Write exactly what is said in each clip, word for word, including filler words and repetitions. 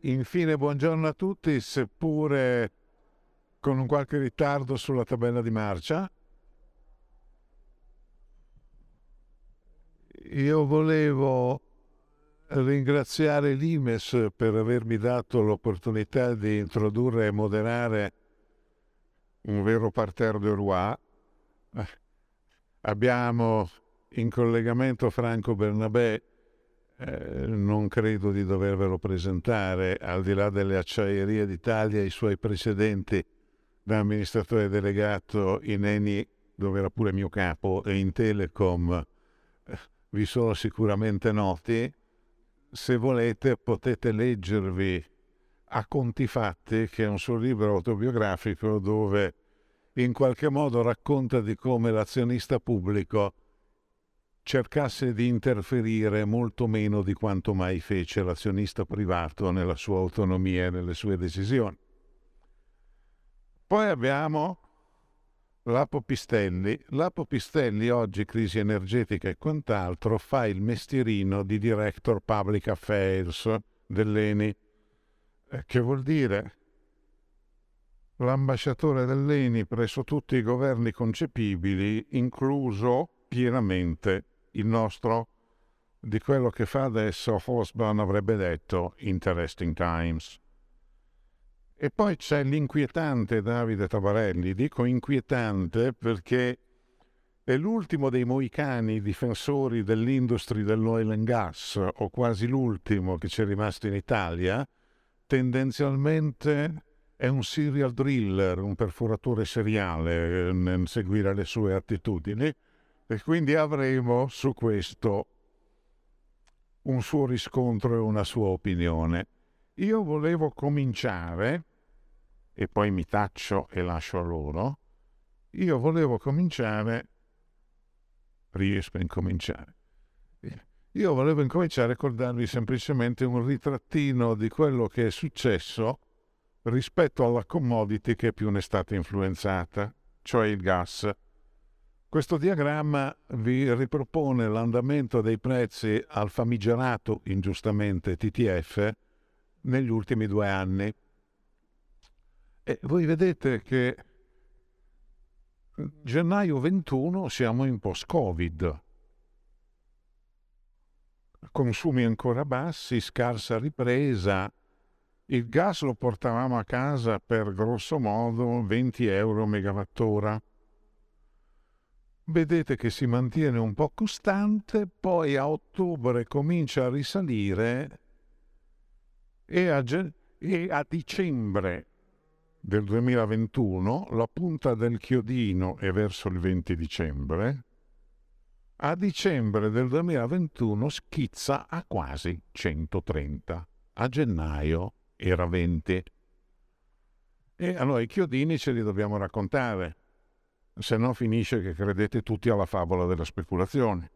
Infine, buongiorno a tutti, seppure con un qualche ritardo sulla tabella di marcia. Io volevo ringraziare l'I M E S per avermi dato l'opportunità di introdurre e moderare un vero parterre de roi. Eh, abbiamo in collegamento Franco Bernabé. Eh, non credo di dovervelo presentare, al di là delle Acciaierie d'Italia e i suoi precedenti da amministratore delegato in Eni, dove era pure mio capo, e in Telecom, eh, vi sono sicuramente noti. Se volete potete leggervi A conti fatti, che è un suo libro autobiografico dove in qualche modo racconta di come l'azionista pubblico cercasse di interferire molto meno di quanto mai fece l'azionista privato nella sua autonomia e nelle sue decisioni. Poi abbiamo Lapo Pistelli. Lapo Pistelli, oggi crisi energetica e quant'altro, fa il mestierino di Director Public Affairs dell'Eni, che vuol dire l'ambasciatore dell'Eni presso tutti i governi concepibili, incluso pienamente il nostro, di quello che fa adesso Hobsbawm avrebbe detto interesting times. E poi c'è l'inquietante Davide Tabarelli. Dico inquietante perché è l'ultimo dei moicani difensori dell'industria dell'oil and gas, o quasi l'ultimo che c'è rimasto in Italia. Tendenzialmente è un serial driller, un perforatore seriale nel seguire le sue attitudini, e quindi avremo su questo un suo riscontro e una sua opinione. Io volevo cominciare, e poi mi taccio e lascio a loro, io volevo cominciare, riesco a incominciare, io volevo incominciare a darvi semplicemente un ritrattino di quello che è successo rispetto alla commodity che più ne è stata influenzata, cioè il gas. Questo diagramma vi ripropone l'andamento dei prezzi al famigerato, ingiustamente, T T F negli ultimi due anni. E voi vedete che gennaio ventuno siamo in post-Covid. Consumi ancora bassi, scarsa ripresa. Il gas lo portavamo a casa per grosso modo venti euro megawattora. Vedete che si mantiene un po' costante, poi a ottobre comincia a risalire e a, e a dicembre del duemilaventuno la punta del chiodino è verso il venti dicembre. A dicembre del duemilaventuno schizza a quasi centotrenta. A gennaio era venti. E allora i chiodini ce li dobbiamo raccontare, se no finisce che credete tutti alla favola della speculazione.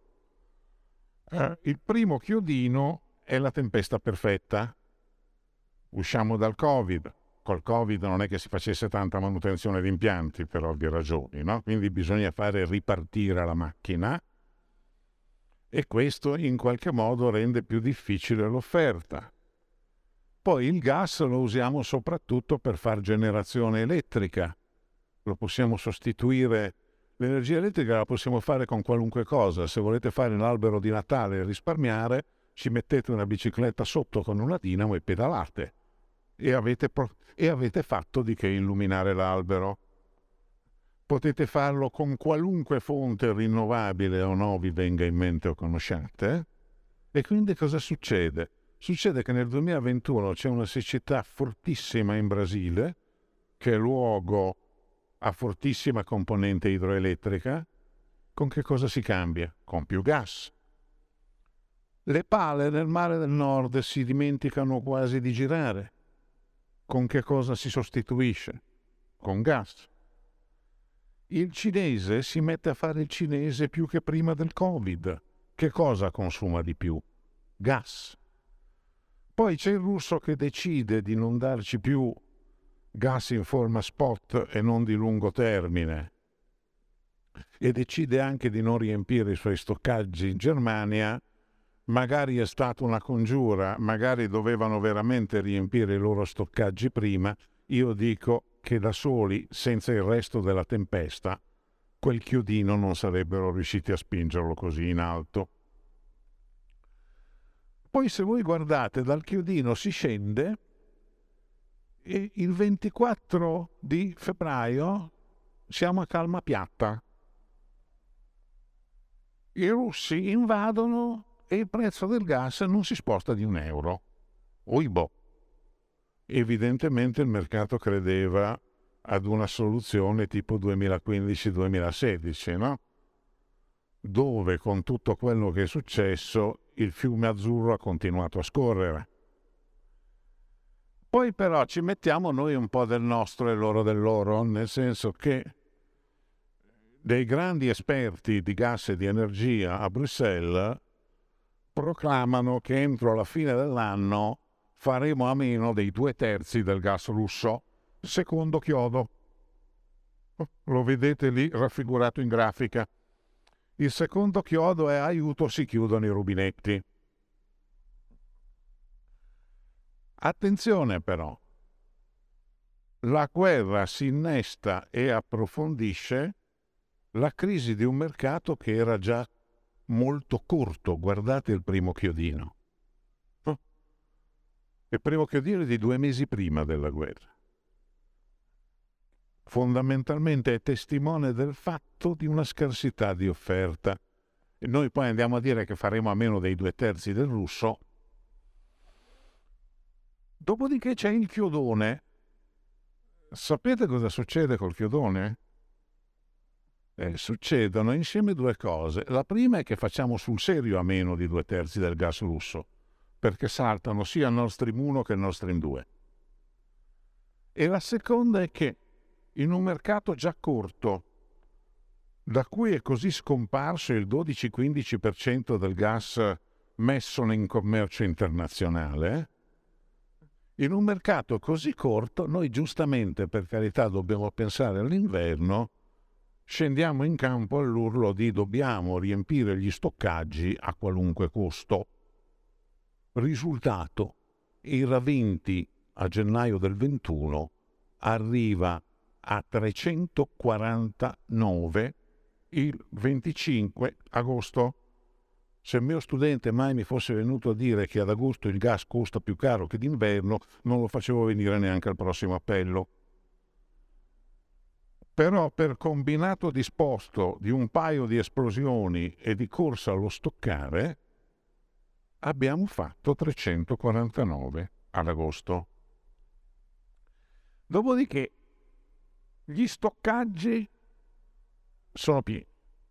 Eh, il primo chiodino è la tempesta perfetta. Usciamo dal Covid. Col Covid non è che si facesse tanta manutenzione di impianti, per ovvie ragioni, no? Quindi bisogna fare ripartire la macchina, e questo in qualche modo rende più difficile l'offerta. Poi il gas lo usiamo soprattutto per far generazione elettrica. Lo possiamo sostituire, l'energia elettrica la possiamo fare con qualunque cosa. Se volete fare l'albero di Natale e risparmiare, ci mettete una bicicletta sotto con una dinamo e pedalate. E avete, e avete fatto di che illuminare l'albero. Potete farlo con qualunque fonte rinnovabile o no vi venga in mente o conosciate. E quindi cosa succede? Succede che nel duemilaventuno c'è una siccità fortissima in Brasile, che è luogo a fortissima componente idroelettrica. Con che cosa si cambia? Con più gas. Le pale nel mare del nord si dimenticano quasi di girare. Con che cosa si sostituisce? Con gas. Il cinese si mette a fare il cinese più che prima del Covid. Che cosa consuma di più? Gas. Poi c'è il russo che decide di non darci più gas in forma spot e non di lungo termine, e decide anche di non riempire i suoi stoccaggi in Germania, magari è stata una congiura, magari dovevano veramente riempire i loro stoccaggi prima. Io dico che da soli, senza il resto della tempesta, quel chiodino non sarebbero riusciti a spingerlo così in alto. Poi se voi guardate, dal chiodino si scende e il ventiquattro di febbraio siamo a calma piatta. I russi invadono e il prezzo del gas non si sposta di un euro. Oibò. Evidentemente il mercato credeva ad una soluzione tipo duemilaquindici duemilasedici, no? Dove con tutto quello che è successo il fiume azzurro ha continuato a scorrere. Poi però ci mettiamo noi un po' del nostro e loro del loro, nel senso che dei grandi esperti di gas e di energia a Bruxelles proclamano che entro la fine dell'anno faremo a meno dei due terzi del gas russo, secondo chiodo. Lo vedete lì raffigurato in grafica. Il secondo chiodo è aiuto, si chiudono i rubinetti. Attenzione però, la guerra si innesta e approfondisce la crisi di un mercato che era già molto corto. Guardate il primo chiodino. Il primo chiodino è di due mesi prima della guerra. Fondamentalmente è testimone del fatto di una scarsità di offerta. E noi poi andiamo a dire che faremo a meno dei due terzi del russo. Dopodiché c'è il chiodone. Sapete cosa succede col chiodone? Eh, succedono insieme due cose. La prima è che facciamo sul serio a meno di due terzi del gas russo, perché saltano sia Nord Stream uno che Nord Stream due. E la seconda è che in un mercato già corto, da cui è così scomparso il dodici-quindici per cento del gas messo in commercio internazionale, in un mercato così corto, noi giustamente, per carità, dobbiamo pensare all'inverno, scendiamo in campo all'urlo di dobbiamo riempire gli stoccaggi a qualunque costo. Risultato, il Raventi a gennaio del ventuno arriva a trecentoquarantanove il venticinque agosto. Se il mio studente mai mi fosse venuto a dire che ad agosto il gas costa più caro che d'inverno, non lo facevo venire neanche al prossimo appello. Però per combinato disposto di un paio di esplosioni e di corsa allo stoccare, abbiamo fatto trecentoquarantanove ad agosto. Dopodiché gli stoccaggi sono pieni.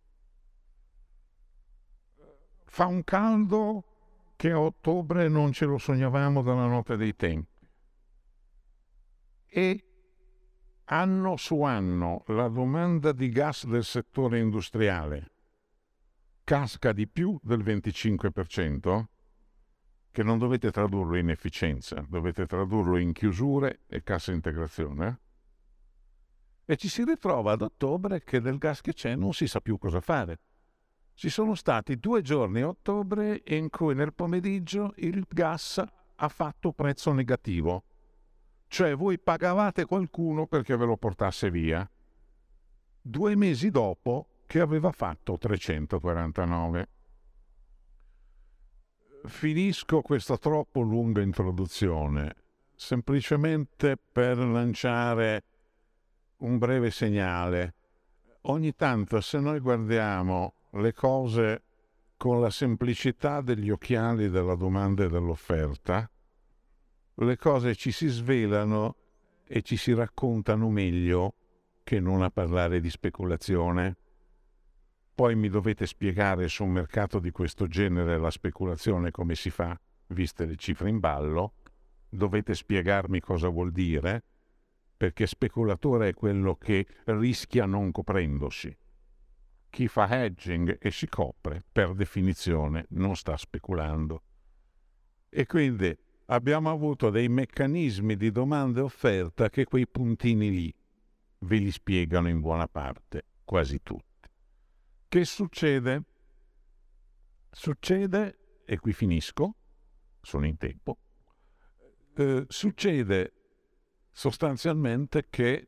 Fa un caldo che a ottobre non ce lo sognavamo dalla notte dei tempi. E anno su anno la domanda di gas del settore industriale casca di più del venticinque per cento, che non dovete tradurlo in efficienza, dovete tradurlo in chiusure e cassa integrazione. E ci si ritrova ad ottobre che del gas che c'è non si sa più cosa fare. Ci sono stati due giorni a ottobre in cui nel pomeriggio il gas ha fatto prezzo negativo. Cioè voi pagavate qualcuno perché ve lo portasse via. Due mesi dopo che aveva fatto trecentoquarantanove. Finisco questa troppo lunga introduzione semplicemente per lanciare un breve segnale. Ogni tanto se noi guardiamo le cose con la semplicità degli occhiali della domanda e dell'offerta, le cose ci si svelano e ci si raccontano meglio che non a parlare di speculazione. Poi mi dovete spiegare su un mercato di questo genere la speculazione come si fa, viste le cifre in ballo. Dovete spiegarmi cosa vuol dire, perché speculatore è quello che rischia non coprendosi. Chi fa hedging e si copre, per definizione, non sta speculando. E quindi abbiamo avuto dei meccanismi di domanda e offerta che quei puntini lì ve li spiegano in buona parte, quasi tutti. Che succede? Succede e qui finisco, sono in tempo, eh, succede sostanzialmente che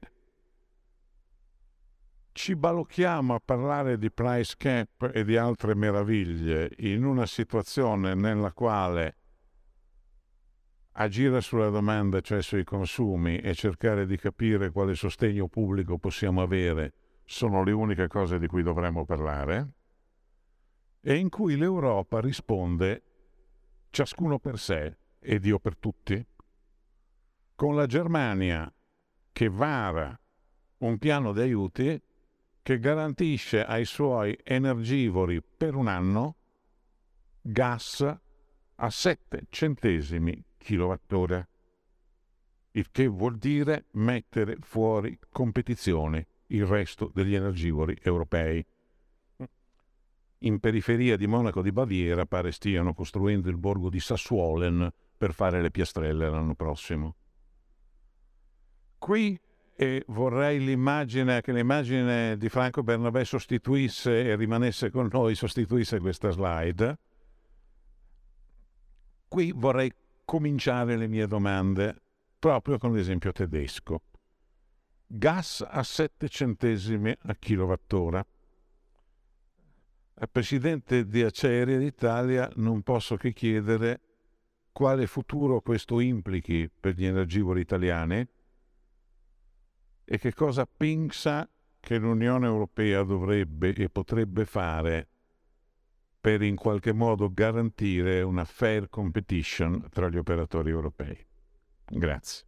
ci balocchiamo a parlare di price cap e di altre meraviglie in una situazione nella quale agire sulla domanda, cioè sui consumi, e cercare di capire quale sostegno pubblico possiamo avere sono le uniche cose di cui dovremmo parlare, e in cui l'Europa risponde ciascuno per sé e Dio per tutti, con la Germania che vara un piano di aiuti che garantisce ai suoi energivori per un anno gas a sette centesimi kilowattora, il che vuol dire mettere fuori competizione il resto degli energivori europei. In periferia di Monaco di Baviera pare stiano costruendo il borgo di Sassuolen per fare le piastrelle l'anno prossimo. Qui e vorrei l'immagine, che l'immagine di Franco Bernabé sostituisse e rimanesse con noi, sostituisse questa slide. Qui vorrei cominciare le mie domande proprio con l'esempio tedesco. Gas a sette centesimi a kilowattora. Al presidente di Acciaierie d'Italia non posso che chiedere quale futuro questo implichi per gli energivori italiani e che cosa pensa che l'Unione Europea dovrebbe e potrebbe fare per in qualche modo garantire una fair competition tra gli operatori europei. Grazie.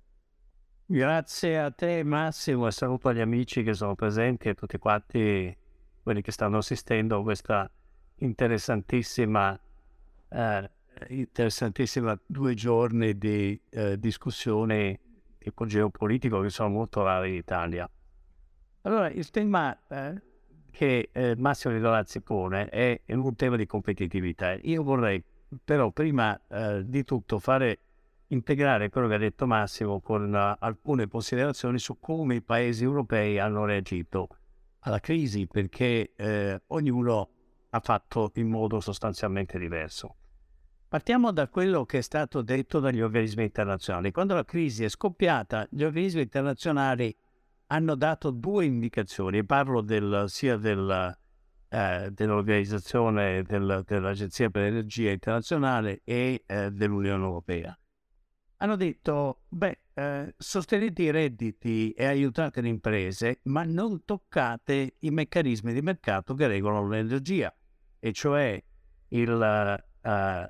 Grazie a te Massimo, e saluto agli amici che sono presenti e tutti quanti quelli che stanno assistendo a questa interessantissima, eh, interessantissima due giorni di eh, discussione tipo geopolitico che sono molto rari in Italia. Allora, il tema eh, che eh, Massimo Lidolazzi pone è, è un tema di competitività. Io vorrei però prima eh, di tutto fare integrare quello che ha detto Massimo con uh, alcune considerazioni su come i paesi europei hanno reagito alla crisi, perché eh, ognuno ha fatto in modo sostanzialmente diverso. Partiamo da quello che è stato detto dagli organismi internazionali. Quando la crisi è scoppiata, gli organismi internazionali hanno dato due indicazioni. Parlo del, sia del, eh, dell'organizzazione del, dell'Agenzia per l'Energia Internazionale e eh, dell'Unione Europea. Hanno detto, beh, eh, sostenete i redditi e aiutate le imprese, ma non toccate i meccanismi di mercato che regolano l'energia, e cioè il, uh,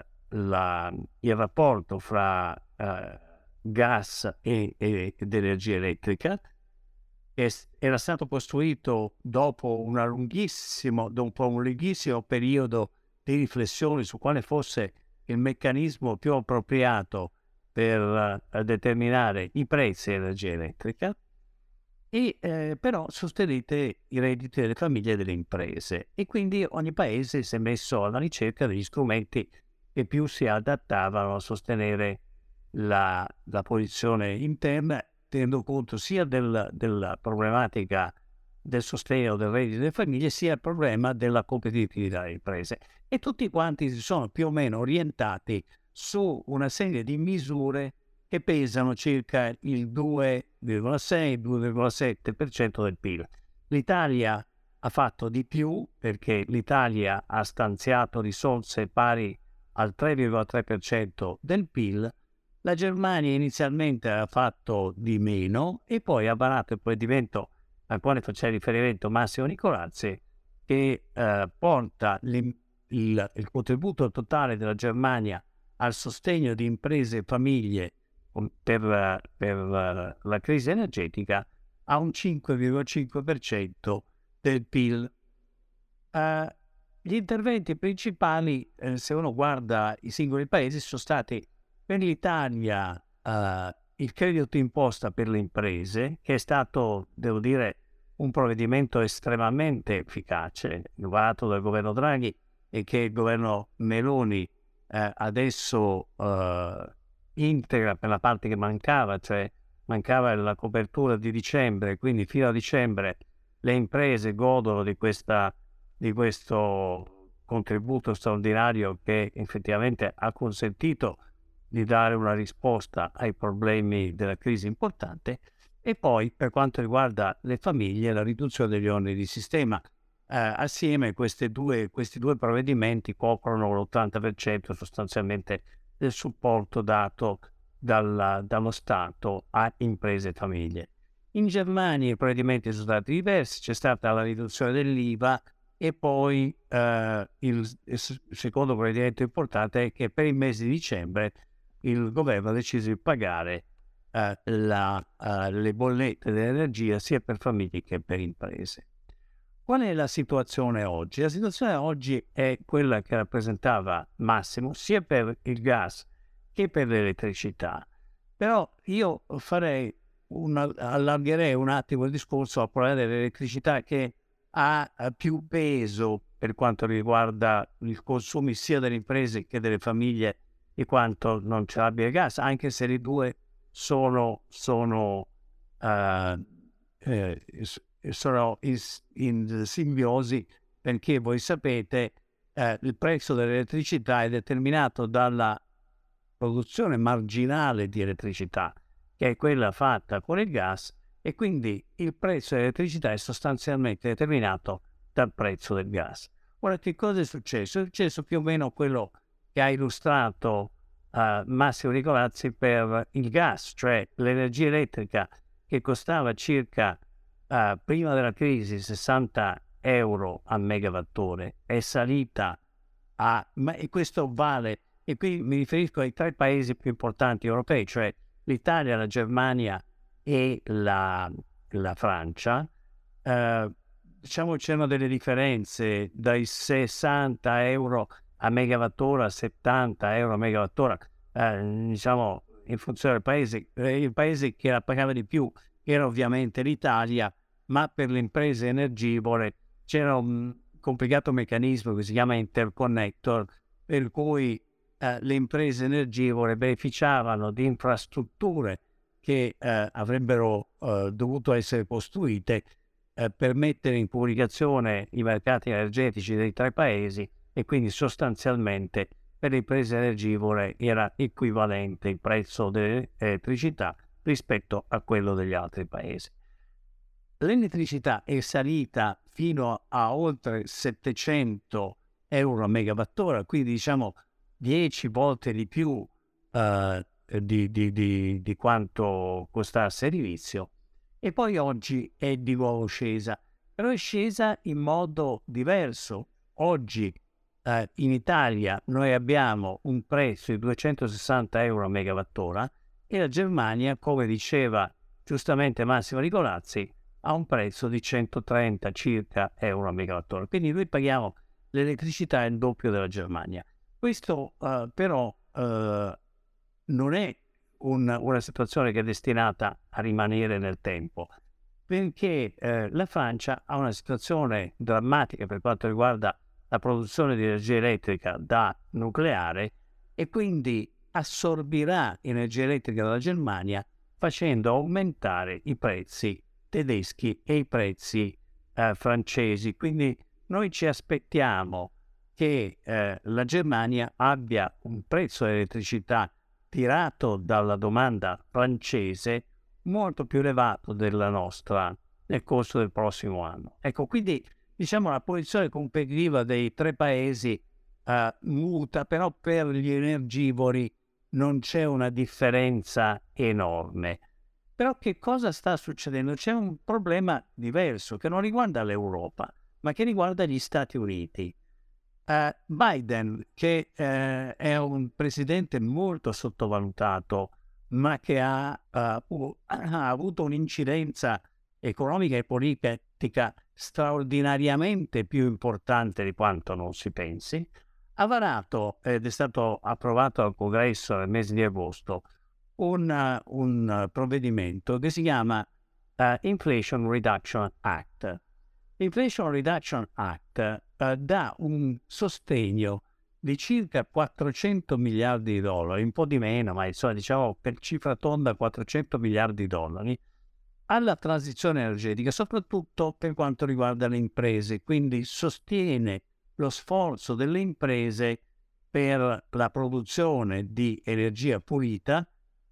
la, il rapporto fra uh, gas e, e, ed energia elettrica, che era stato costruito dopo una lunghissimo, dopo un lunghissimo periodo di riflessione su quale fosse il meccanismo più appropriato per uh, determinare i prezzi dell'energia elettrica, e eh, però sostenete i redditi delle famiglie e delle imprese, e quindi ogni paese si è messo alla ricerca degli strumenti che più si adattavano a sostenere la, la posizione interna, tenendo conto sia del, della problematica del sostegno del reddito delle famiglie, sia il problema della competitività delle imprese, e tutti quanti si sono più o meno orientati su una serie di misure che pesano circa il due virgola sei due virgola sette per cento del P I L. L'Italia ha fatto di più, perché l'Italia ha stanziato risorse pari al tre virgola tre per cento del P I L. La Germania inizialmente ha fatto di meno e poi ha varato il provvedimento al quale faceva riferimento Massimo Nicolazzi, che eh, porta il, il, il contributo totale della Germania al sostegno di imprese e famiglie per, per la crisi energetica a un cinque virgola cinque per cento del P I L. Uh, gli interventi principali, eh, se uno guarda i singoli paesi, sono stati per l'Italia uh, il credito d'imposta per le imprese, che è stato, devo dire, un provvedimento estremamente efficace, varato dal governo Draghi e che il governo Meloni eh, adesso uh, integra per la parte che mancava, cioè mancava la copertura di dicembre, quindi fino a dicembre le imprese godono di, questa, di questo contributo straordinario che effettivamente ha consentito di dare una risposta ai problemi della crisi importante, e poi per quanto riguarda le famiglie la riduzione degli oneri di sistema. Eh, assieme queste due, questi due provvedimenti coprono l'ottanta per cento sostanzialmente del supporto dato dalla- dallo Stato a imprese e famiglie. In Germania i provvedimenti sono stati diversi, c'è stata la riduzione dell'I V A e poi eh, il, il s- secondo provvedimento importante è che per il mese di dicembre il governo ha deciso di pagare eh, la, eh, le bollette dell'energia sia per famiglie che per imprese. Qual è la situazione oggi? La situazione oggi è quella che rappresentava Massimo sia per il gas che per l'elettricità. Però io farei una, allargherei un attimo il discorso a parlare dell'elettricità, che ha eh, più peso per quanto riguarda i consumi sia delle imprese che delle famiglie, di quanto non ce l'abbia il gas, anche se le due sono, sono, eh, eh, s- sono in, s- in simbiosi, perché voi sapete eh, il prezzo dell'elettricità è determinato dalla produzione marginale di elettricità, che è quella fatta con il gas, e quindi il prezzo dell'elettricità è sostanzialmente determinato dal prezzo del gas. Ora, che cosa è successo? È successo più o meno quello che ha illustrato eh, Massimo Nicolazzi per il gas, cioè l'energia elettrica che costava circa, eh, prima della crisi, sessanta euro a megawattora, è salita a, ma e questo vale, e qui mi riferisco ai tre paesi più importanti europei, cioè l'Italia, la Germania e la, la Francia. Eh, diciamo c'erano delle differenze dai sessanta euro a megawattora a settanta euro a megawattora, eh, diciamo in funzione del paese. Eh, il paese che la pagava di più era ovviamente l'Italia, ma per le imprese energivore c'era un complicato meccanismo che si chiama interconnector, per cui eh, le imprese energivore beneficiavano di infrastrutture che eh, avrebbero eh, dovuto essere costruite eh, per mettere in comunicazione i mercati energetici dei tre paesi, e quindi sostanzialmente per le imprese energivore era equivalente il prezzo dell'elettricità rispetto a quello degli altri paesi. L'elettricità è salita fino a oltre settecento euro a megawattora, quindi diciamo dieci volte di più eh, di, di, di, di quanto costasse l'inizio, e poi oggi è di nuovo scesa, però è scesa in modo diverso. Oggi eh, in Italia noi abbiamo un prezzo di duecentosessanta euro a megawattora, e la Germania, come diceva giustamente Massimo Nicolazzi, ha un prezzo di centotrenta circa euro a megawattora. Quindi noi paghiamo l'elettricità il doppio della Germania. Questo uh, però uh, non è un, una situazione che è destinata a rimanere nel tempo, perché eh, la Francia ha una situazione drammatica per quanto riguarda la produzione di energia elettrica da nucleare, e quindi assorbirà energia elettrica dalla Germania, facendo aumentare i prezzi tedeschi e i prezzi eh, francesi. Quindi noi ci aspettiamo che eh, la Germania abbia un prezzo dell'elettricità tirato dalla domanda francese molto più elevato della nostra nel corso del prossimo anno. Ecco, quindi diciamo la posizione competitiva dei tre paesi eh, muta, però per gli energivori non c'è una differenza enorme. Però che cosa sta succedendo? C'è un problema diverso che non riguarda l'Europa, ma che riguarda gli Stati Uniti. Uh, Biden, che uh, è un presidente molto sottovalutato, ma che ha, uh, ha avuto un'incidenza economica e politica straordinariamente più importante di quanto non si pensi, ha varato, ed è stato approvato dal Congresso nel mese di agosto, un, un provvedimento che si chiama uh, Inflation Reduction Act. L'Inflation Reduction Act uh, dà un sostegno di circa quattrocento miliardi di dollari, un po' di meno, ma insomma diciamo per cifra tonda quattrocento miliardi di dollari, alla transizione energetica, soprattutto per quanto riguarda le imprese. Quindi sostiene lo sforzo delle imprese per la produzione di energia pulita,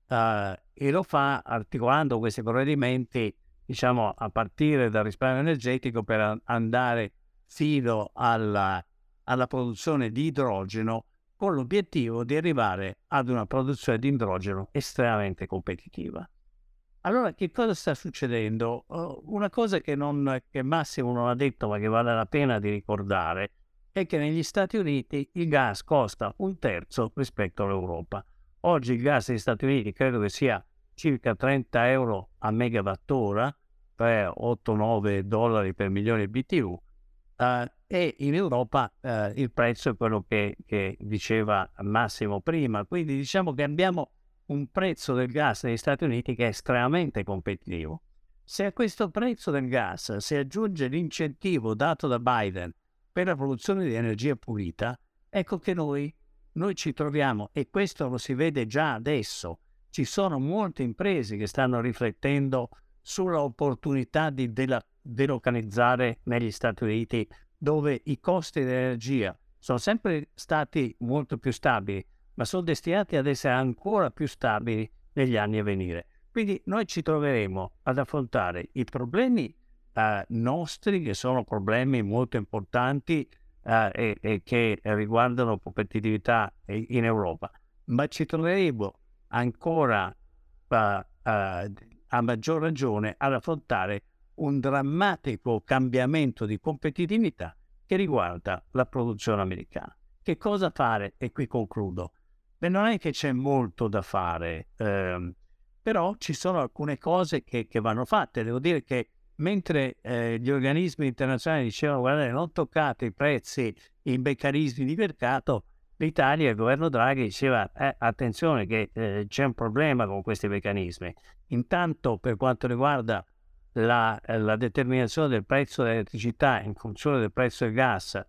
eh, e lo fa articolando questi provvedimenti, diciamo, a partire dal risparmio energetico per a- andare fino alla, alla produzione di idrogeno, con l'obiettivo di arrivare ad una produzione di idrogeno estremamente competitiva. Allora, che cosa sta succedendo? Uh, una cosa che, non, che Massimo non ha detto, ma che vale la pena di ricordare, è che negli Stati Uniti il gas costa un terzo rispetto all'Europa. Oggi il gas negli Stati Uniti credo che sia circa trenta euro a megawattora, cioè otto nove dollari per milione B T U, eh, e in Europa eh, il prezzo è quello che, che diceva Massimo prima. Quindi diciamo che abbiamo un prezzo del gas negli Stati Uniti che è estremamente competitivo. Se a questo prezzo del gas si aggiunge l'incentivo dato da Biden per la produzione di energia pulita, ecco che noi, noi ci troviamo, e questo lo si vede già adesso. Ci sono molte imprese che stanno riflettendo sulla opportunità di dela- delocalizzare negli Stati Uniti, dove i costi dell'energia sono sempre stati molto più stabili, ma sono destinati ad essere ancora più stabili negli anni a venire. Quindi noi ci troveremo ad affrontare i problemi eh, nostri, che sono problemi molto importanti eh, e, e che riguardano competitività in Europa, ma ci troveremo ancora eh, eh, a maggior ragione ad affrontare un drammatico cambiamento di competitività che riguarda la produzione americana. Che cosa fare? E qui concludo. Beh, non è che c'è molto da fare, ehm, però ci sono alcune cose che, che vanno fatte. Devo dire che mentre eh, gli organismi internazionali dicevano guardate, non toccate i prezzi, i meccanismi di mercato, l'Italia, il governo Draghi diceva eh, attenzione che eh, c'è un problema con questi meccanismi. Intanto per quanto riguarda la, la determinazione del prezzo dell'elettricità in funzione del prezzo del gas,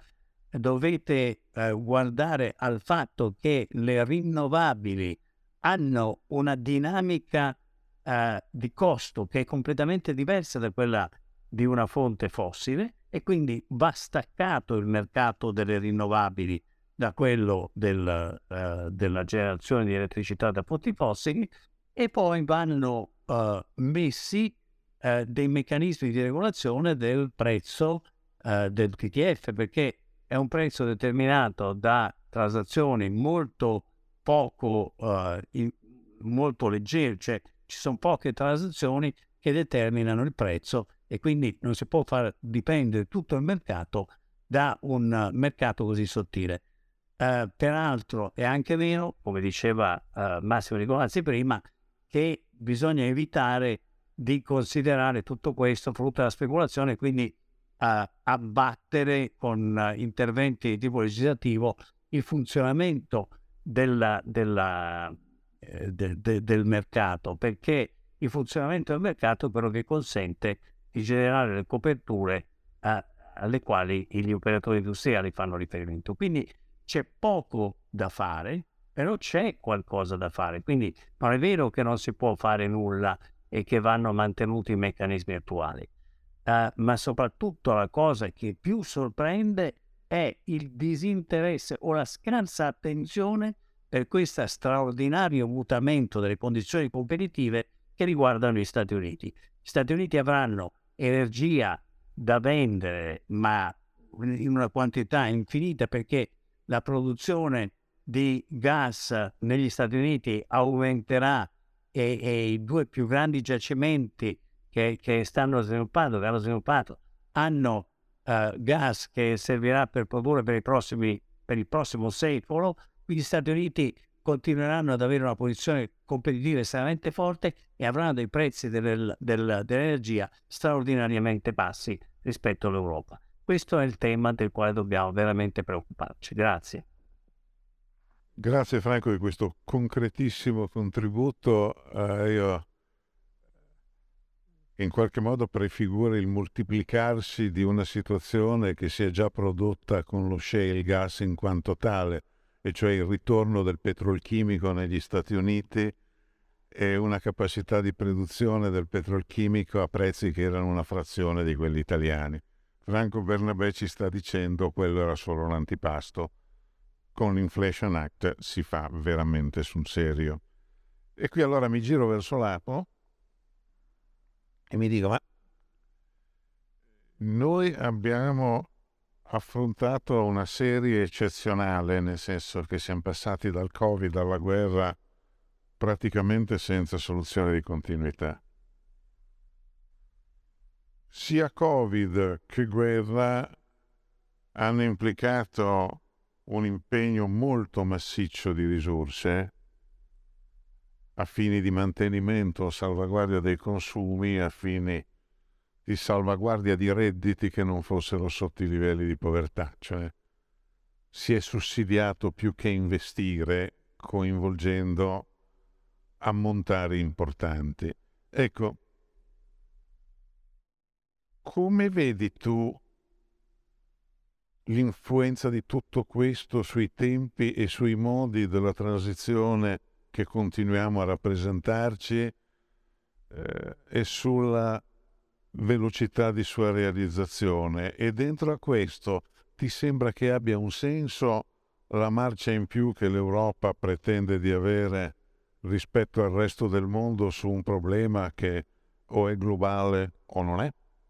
dovete eh, guardare al fatto che le rinnovabili hanno una dinamica eh, di costo che è completamente diversa da quella di una fonte fossile, e quindi va staccato il mercato delle rinnovabili da quello del, eh, della generazione di elettricità da fonti fossili, e poi vanno eh, messi eh, dei meccanismi di regolazione del prezzo eh, del T T F, perché è un prezzo determinato da transazioni molto poco, uh, in, molto leggere, cioè ci sono poche transazioni che determinano il prezzo, e quindi non si può far dipendere tutto il mercato da un uh, mercato così sottile. Uh, peraltro è anche vero, come diceva uh, Massimo Rigonazzi prima, che bisogna evitare di considerare tutto questo frutto della speculazione, quindi Uh, abbattere con uh, interventi di tipo legislativo il funzionamento della, della, eh, de, de, del mercato, perché il funzionamento del mercato è quello che consente di generare le coperture uh, alle quali gli operatori industriali fanno riferimento. Quindi c'è poco da fare, però c'è qualcosa da fare. Quindi non è vero che non si può fare nulla e che vanno mantenuti i meccanismi attuali. Uh, ma soprattutto la cosa che più sorprende è il disinteresse o la scarsa attenzione per questo straordinario mutamento delle condizioni competitive che riguardano gli Stati Uniti. Gli Stati Uniti avranno energia da vendere, ma in una quantità infinita, perché la produzione di gas negli Stati Uniti aumenterà, e, e i due più grandi giacimenti Che, che stanno sviluppando, che hanno sviluppato, hanno uh, gas che servirà per produrre per, i prossimi, per il prossimo secolo. Quindi gli Stati Uniti continueranno ad avere una posizione competitiva estremamente forte e avranno dei prezzi del, del, dell'energia straordinariamente bassi rispetto all'Europa. Questo è il tema del quale dobbiamo veramente preoccuparci. Grazie. Grazie Franco di questo concretissimo contributo. Eh, io in qualche modo prefigura il moltiplicarsi di una situazione che si è già prodotta con lo shale gas in quanto tale, e cioè il ritorno del petrolchimico negli Stati Uniti e una capacità di produzione del petrolchimico a prezzi che erano una frazione di quelli italiani. Franco Bernabé ci sta dicendo quello era solo l'antipasto. Con l'Inflation Act si fa veramente sul serio. E qui allora mi giro verso l'Apo e mi dico, ma noi abbiamo affrontato una serie eccezionale, nel senso che siamo passati dal Covid alla guerra praticamente senza soluzione di continuità. Sia Covid che guerra hanno implicato un impegno molto massiccio di risorse a fini di mantenimento o salvaguardia dei consumi, a fini di salvaguardia di redditi che non fossero sotto i livelli di povertà, cioè si è sussidiato più che investire, coinvolgendo ammontari importanti. Ecco, come vedi tu l'influenza di tutto questo sui tempi e sui modi della transizione che continuiamo a rappresentarci eh, e sulla velocità di sua realizzazione? E dentro a questo ti sembra che abbia un senso la marcia in più che l'Europa pretende di avere rispetto al resto del mondo su un problema che o è globale o non è?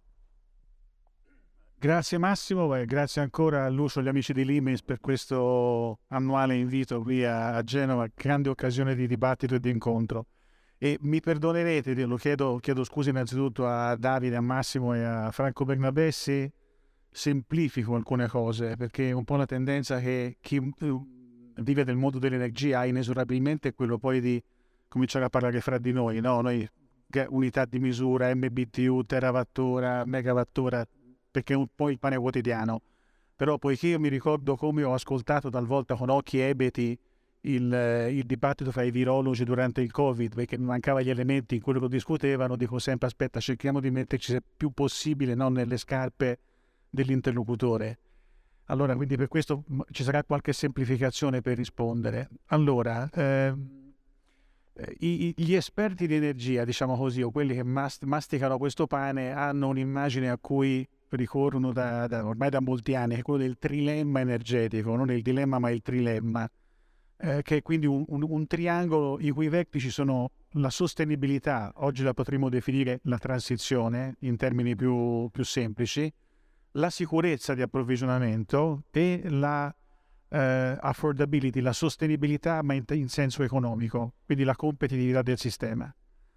Grazie Massimo e grazie ancora a Lucio e agli amici di Limins per questo annuale invito qui a, a Genova, grande occasione di dibattito e di incontro. E mi perdonerete, lo chiedo, chiedo scusa innanzitutto a Davide, a Massimo e a Franco Bernabé se semplifico alcune cose, perché è un po' la tendenza che chi vive del mondo dell'energia ha inesorabilmente è quello poi di cominciare a parlare fra di noi, no? Noi unità di misura, M B T U, terawattora, megawattora, perché è un po' il pane quotidiano. Però poiché io mi ricordo come ho ascoltato talvolta con occhi ebeti il, il dibattito fra i virologi durante il Covid, perché mi mancava gli elementi in quello che discutevano, dico sempre aspetta, cerchiamo di metterci il più possibile non nelle scarpe dell'interlocutore. Allora, quindi per questo ci sarà qualche semplificazione per rispondere. Allora, ehm, i, gli esperti di energia, diciamo così, o quelli che mast- masticano questo pane, hanno un'immagine a cui ricorrono da, da, ormai da molti anni, che è quello del trilemma energetico, non il dilemma ma il trilemma, eh, che è quindi un, un, un triangolo i cui vertici sono la sostenibilità, oggi la potremmo definire la transizione in termini più, più semplici, la sicurezza di approvvigionamento e la uh, affordability, la sostenibilità ma in, in senso economico, quindi la competitività del sistema.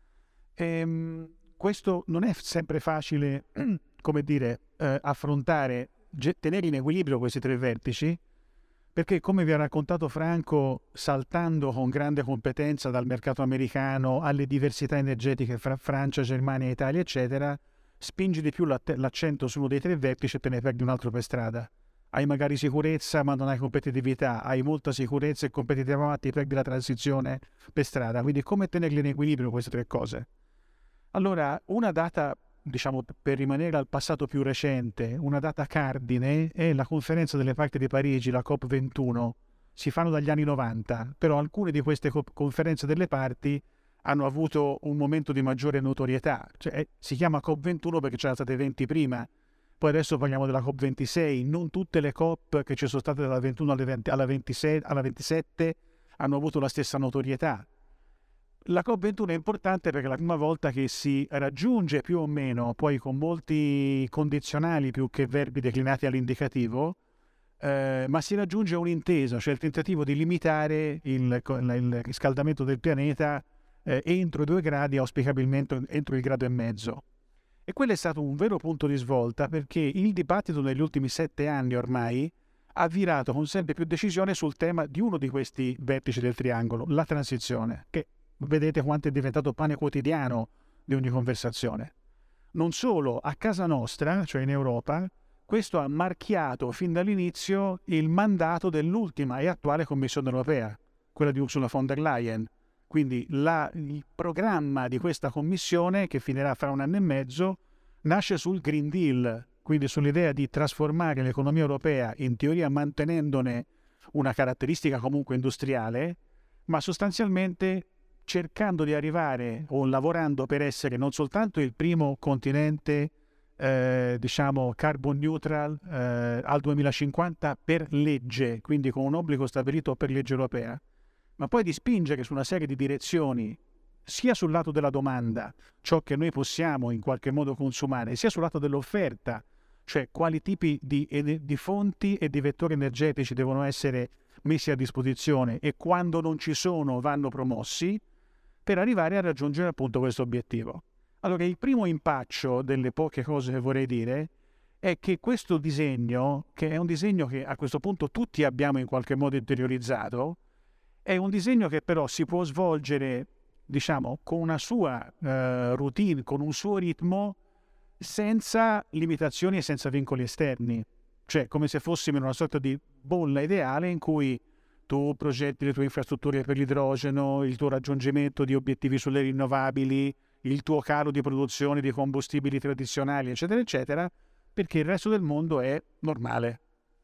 E, questo non è sempre facile, come dire, uh, affrontare, tenere in equilibrio questi tre vertici, perché come vi ha raccontato Franco, saltando con grande competenza dal mercato americano alle diversità energetiche fra Francia, Germania, Italia, eccetera, spingi di più l'accento su uno dei tre vertici e te ne perdi un altro per strada. Hai magari sicurezza ma non hai competitività, hai molta sicurezza e competitività ma ti perdi la transizione per strada. Quindi come tenerle in equilibrio queste tre cose? Allora, una data, diciamo, per rimanere al passato più recente, una data cardine è la conferenza delle parti di Parigi, la COP ventuno. Si fanno dagli anni novanta, però alcune di queste conferenze delle parti hanno avuto un momento di maggiore notorietà. Cioè, si chiama COP ventuno perché c'erano state venti prima, poi adesso parliamo della COP ventisei. Non tutte le COP che ci sono state dalla ventuno alla, venti, alla, ventisei, alla ventisette hanno avuto la stessa notorietà. La COP ventuno è importante perché è la prima volta che si raggiunge più o meno, poi con molti condizionali più che verbi declinati all'indicativo, eh, ma si raggiunge un'intesa, cioè il tentativo di limitare il, il riscaldamento del pianeta eh, entro i due gradi, auspicabilmente entro il grado e mezzo. E quello è stato un vero punto di svolta perché il dibattito negli ultimi sette anni ormai ha virato con sempre più decisione sul tema di uno di questi vertici del triangolo, la transizione, che vedete quanto è diventato pane quotidiano di ogni conversazione. Non solo, a casa nostra, cioè in Europa, questo ha marchiato fin dall'inizio il mandato dell'ultima e attuale Commissione europea, quella di Ursula von der Leyen. Quindi la, il programma di questa commissione, che finirà fra un anno e mezzo, nasce sul Green Deal, quindi sull'idea di trasformare l'economia europea, in teoria mantenendone una caratteristica comunque industriale, ma sostanzialmente cercando di arrivare o lavorando per essere non soltanto il primo continente eh, diciamo carbon neutral eh, al duemilacinquanta per legge, quindi con un obbligo stabilito per legge europea, ma poi di spingere su una serie di direzioni sia sul lato della domanda, ciò che noi possiamo in qualche modo consumare, sia sul lato dell'offerta, cioè quali tipi di, di fonti e di vettori energetici devono essere messi a disposizione e quando non ci sono vanno promossi, per arrivare a raggiungere appunto questo obiettivo. Allora, il primo impaccio delle poche cose che vorrei dire è che questo disegno, che è un disegno che a questo punto tutti abbiamo in qualche modo interiorizzato, è un disegno che però si può svolgere, diciamo, con una sua eh, routine, con un suo ritmo, senza limitazioni e senza vincoli esterni. Cioè, come se fossimo in una sorta di bolla ideale in cui tu progetti le tue infrastrutture per l'idrogeno, il tuo raggiungimento di obiettivi sulle rinnovabili, il tuo calo di produzione di combustibili tradizionali, eccetera, eccetera, perché il resto del mondo è normale.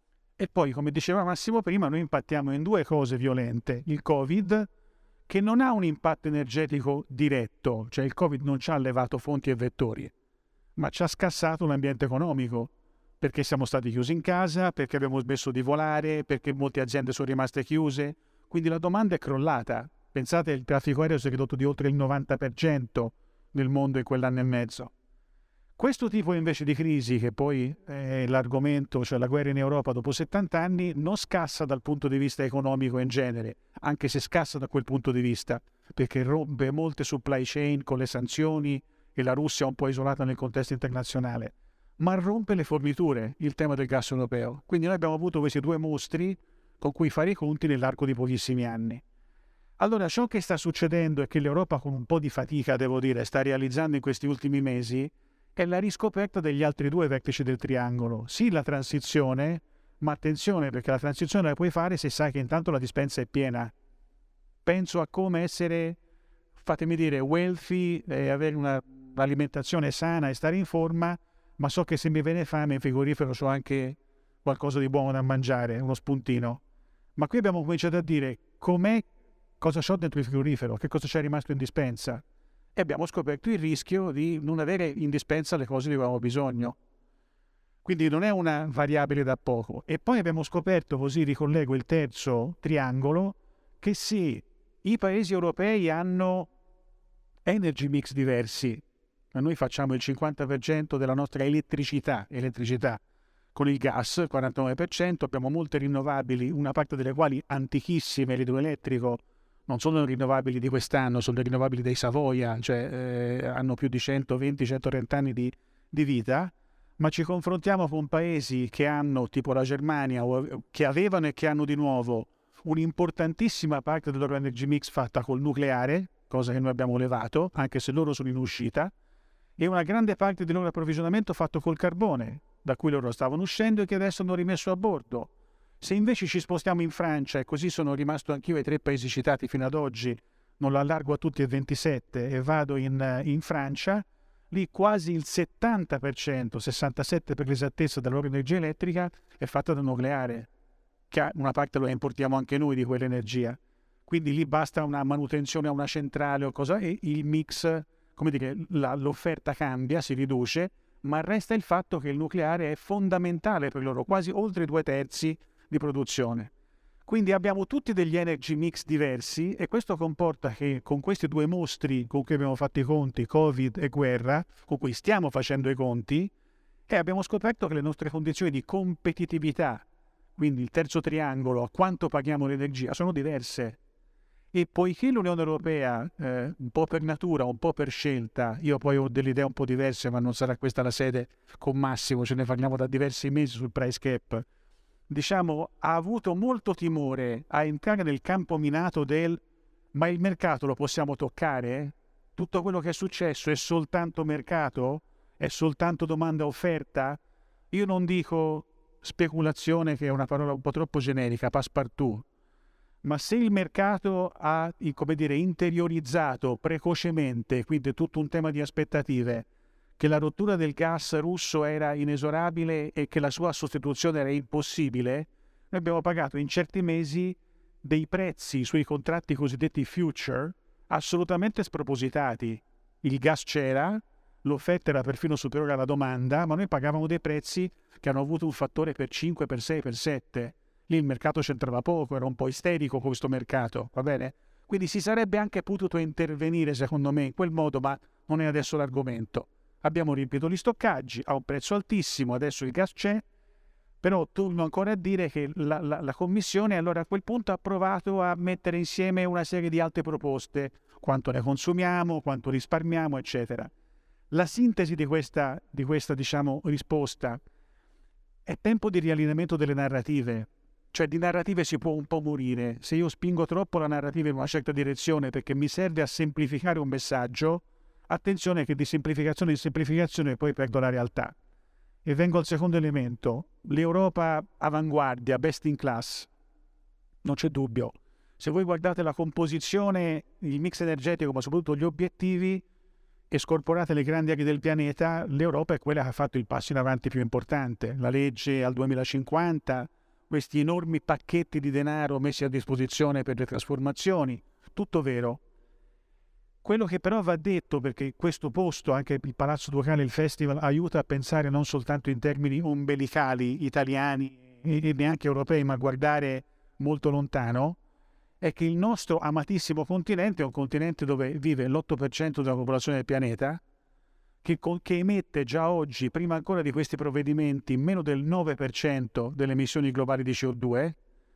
E poi, come diceva Massimo prima, noi impattiamo in due cose violente. Il Covid, che non ha un impatto energetico diretto, cioè il Covid non ci ha allevato fonti e vettori, ma ci ha scassato l'ambiente economico, perché siamo stati chiusi in casa, perché abbiamo smesso di volare, perché molte aziende sono rimaste chiuse, quindi la domanda è crollata. Pensate, il traffico aereo si è ridotto di oltre il novanta per cento nel mondo in quell'anno e mezzo. Questo tipo invece di crisi, che poi è l'argomento, cioè la guerra in Europa dopo settanta anni, non scassa dal punto di vista economico in genere, anche se scassa da quel punto di vista, perché rompe molte supply chain con le sanzioni e la Russia è un po' isolata nel contesto internazionale, ma rompe le forniture, il tema del gas europeo. Quindi noi abbiamo avuto questi due mostri con cui fare i conti nell'arco di pochissimi anni. Allora, ciò che sta succedendo e che l'Europa con un po' di fatica, devo dire, sta realizzando in questi ultimi mesi, è la riscoperta degli altri due vertici del triangolo. Sì, la transizione, ma attenzione, perché la transizione la puoi fare se sai che intanto la dispensa è piena. Penso a come essere, fatemi dire, wealthy e avere una alimentazione sana e stare in forma, ma so che se mi viene fame in frigorifero c'ho anche qualcosa di buono da mangiare, uno spuntino. Ma qui abbiamo cominciato a dire com'è, cosa c'ho dentro il frigorifero, che cosa c'è rimasto in dispensa. E abbiamo scoperto il rischio di non avere in dispensa le cose di cui avevamo bisogno. Quindi non è una variabile da poco. E poi abbiamo scoperto, così ricollego il terzo triangolo, che sì, i paesi europei hanno energy mix diversi, ma noi facciamo il cinquanta per cento della nostra elettricità, elettricità con il gas, il quarantanove per cento, abbiamo molte rinnovabili, una parte delle quali antichissime, l'idroelettrico, non sono le rinnovabili di quest'anno, sono le rinnovabili dei Savoia, cioè eh, hanno più di centoventi centotrenta anni di, di vita, ma ci confrontiamo con paesi che hanno, tipo la Germania, o che avevano e che hanno di nuovo un'importantissima parte del loro energy mix fatta col nucleare, cosa che noi abbiamo levato, anche se loro sono in uscita, e una grande parte del loro approvvigionamento fatto col carbone, da cui loro stavano uscendo e che adesso hanno rimesso a bordo. Se invece ci spostiamo in Francia, e così sono rimasto anch'io ai tre paesi citati fino ad oggi, non lo allargo a tutti e ventisette e vado in, in Francia, lì quasi il settanta per cento, sessantasette per cento per l'esattezza della loro energia elettrica è fatta da nucleare, che una parte lo importiamo anche noi di quell'energia. Quindi lì basta una manutenzione a una centrale o cosa e il mix, come dire, la, l'offerta cambia, si riduce, ma resta il fatto che il nucleare è fondamentale per loro, quasi oltre due terzi di produzione. Quindi abbiamo tutti degli energy mix diversi e questo comporta che con questi due mostri con cui abbiamo fatto i conti, Covid e guerra, con cui stiamo facendo i conti, e abbiamo scoperto che le nostre condizioni di competitività, quindi il terzo triangolo, a quanto paghiamo l'energia, sono diverse. E poiché l'Unione Europea, eh, un po' per natura, un po' per scelta, io poi ho delle idee un po' diverse, ma non sarà questa la sede con Massimo, ce ne parliamo da diversi mesi sul price cap, diciamo, ha avuto molto timore a entrare nel campo minato del ma il mercato lo possiamo toccare? Tutto quello che è successo è soltanto mercato? È soltanto domanda e offerta? Io non dico speculazione, che è una parola un po' troppo generica, passepartout, ma se il mercato ha, come dire, interiorizzato precocemente, quindi tutto un tema di aspettative, che la rottura del gas russo era inesorabile e che la sua sostituzione era impossibile, noi abbiamo pagato in certi mesi dei prezzi sui contratti cosiddetti future assolutamente spropositati. Il gas c'era, l'offerta era perfino superiore alla domanda, ma noi pagavamo dei prezzi che hanno avuto un fattore per cinque, per sei, per sette. Lì il mercato c'entrava poco, era un po' isterico questo mercato, va bene? Quindi si sarebbe anche potuto intervenire, secondo me, in quel modo, ma non è adesso l'argomento. Abbiamo riempito gli stoccaggi a un prezzo altissimo, adesso il gas c'è, però torno ancora a dire che la, la, la Commissione allora a quel punto ha provato a mettere insieme una serie di altre proposte, quanto ne consumiamo, quanto risparmiamo, eccetera. La sintesi di questa, di questa diciamo, risposta è tempo di riallineamento delle narrative. Cioè di narrative si può un po' morire. Se io spingo troppo la narrativa in una certa direzione perché mi serve a semplificare un messaggio, attenzione che di semplificazione in semplificazione poi perdo la realtà. E vengo al secondo elemento. L'Europa avanguardia, best in class. Non c'è dubbio. Se voi guardate la composizione, il mix energetico, ma soprattutto gli obiettivi, e scorporate le grandi aree del pianeta, l'Europa è quella che ha fatto il passo in avanti più importante. La legge al duemilacinquanta, questi enormi pacchetti di denaro messi a disposizione per le trasformazioni, tutto vero. Quello che però va detto, perché questo posto, anche il Palazzo Ducale, il festival, aiuta a pensare non soltanto in termini ombelicali italiani e neanche europei, ma a guardare molto lontano, è che il nostro amatissimo continente è un continente dove vive l'otto per cento della popolazione del pianeta, che, che emette già oggi, prima ancora di questi provvedimenti, meno del nove per cento delle emissioni globali di C O due,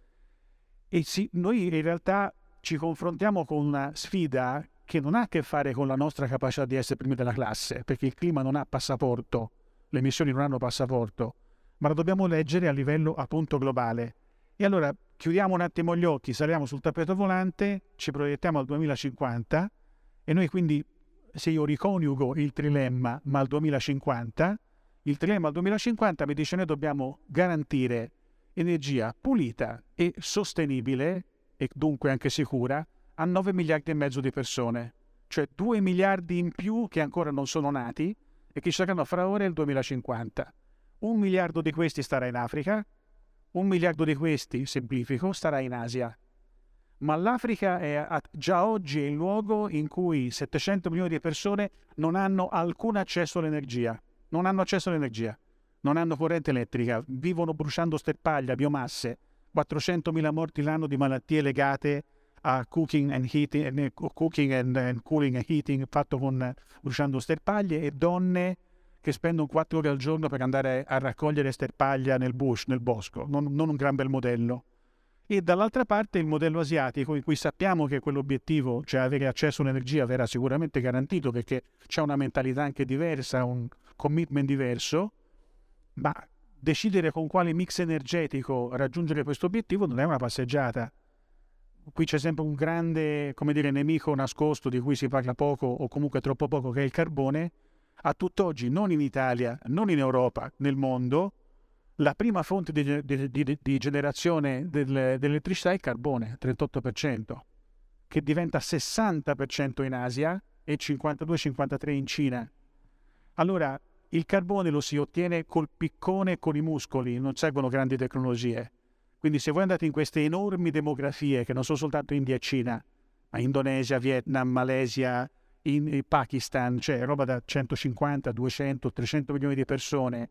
e sì, noi in realtà ci confrontiamo con una sfida che non ha a che fare con la nostra capacità di essere primi della classe, perché il clima non ha passaporto, le emissioni non hanno passaporto, ma la dobbiamo leggere a livello appunto globale. E allora chiudiamo un attimo gli occhi, saliamo sul tappeto volante, ci proiettiamo al duemilacinquanta e noi quindi, se io riconiugo il trilemma ma al duemilacinquanta, il trilemma al duemilacinquanta mi dice noi dobbiamo garantire energia pulita e sostenibile e dunque anche sicura a nove miliardi e mezzo di persone, cioè due miliardi in più che ancora non sono nati e che ci saranno fra ora e il duemilacinquanta. Un miliardo di questi starà in Africa, un miliardo di questi, semplifico, starà in Asia. Ma l'Africa è già oggi il luogo in cui settecento milioni di persone non hanno alcun accesso all'energia. Non hanno accesso all'energia, non hanno corrente elettrica, vivono bruciando sterpaglia, biomasse, quattrocentomila morti l'anno di malattie legate a cooking and heating, cooking and, and cooling and heating fatto con bruciando sterpaglie, e donne che spendono quattro ore al giorno per andare a raccogliere sterpaglia nel bush, nel bosco, non, non un gran bel modello. E dall'altra parte il modello asiatico, in cui sappiamo che quell'obiettivo, cioè avere accesso all'energia, verrà sicuramente garantito perché c'è una mentalità anche diversa, un commitment diverso, ma decidere con quale mix energetico raggiungere questo obiettivo non è una passeggiata. Qui c'è sempre un grande, come dire, nemico nascosto di cui si parla poco o comunque troppo poco, che è il carbone. A tutt'oggi, non in Italia, non in Europa, nel mondo, la prima fonte di, di, di, di generazione del, dell'elettricità è il carbone, trentotto per cento, che diventa sessanta per cento in Asia e cinquantadue cinquantatré in Cina. Allora, il carbone lo si ottiene col piccone e con i muscoli, non servono grandi tecnologie. Quindi se voi andate in queste enormi demografie, che non sono soltanto India e Cina, ma Indonesia, Vietnam, Malesia, in, in Pakistan, cioè roba da centocinquanta, duecento, trecento milioni di persone,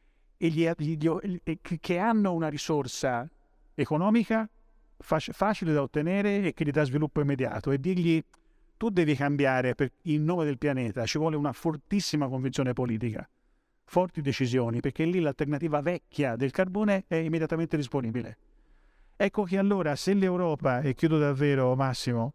e gli, gli, gli, che hanno una risorsa economica fac, facile da ottenere e che gli dà sviluppo immediato, e dirgli tu devi cambiare per il nome del pianeta, ci vuole una fortissima convinzione politica, forti decisioni, perché lì l'alternativa vecchia del carbone è immediatamente disponibile. Ecco che allora se l'Europa, e chiudo davvero Massimo,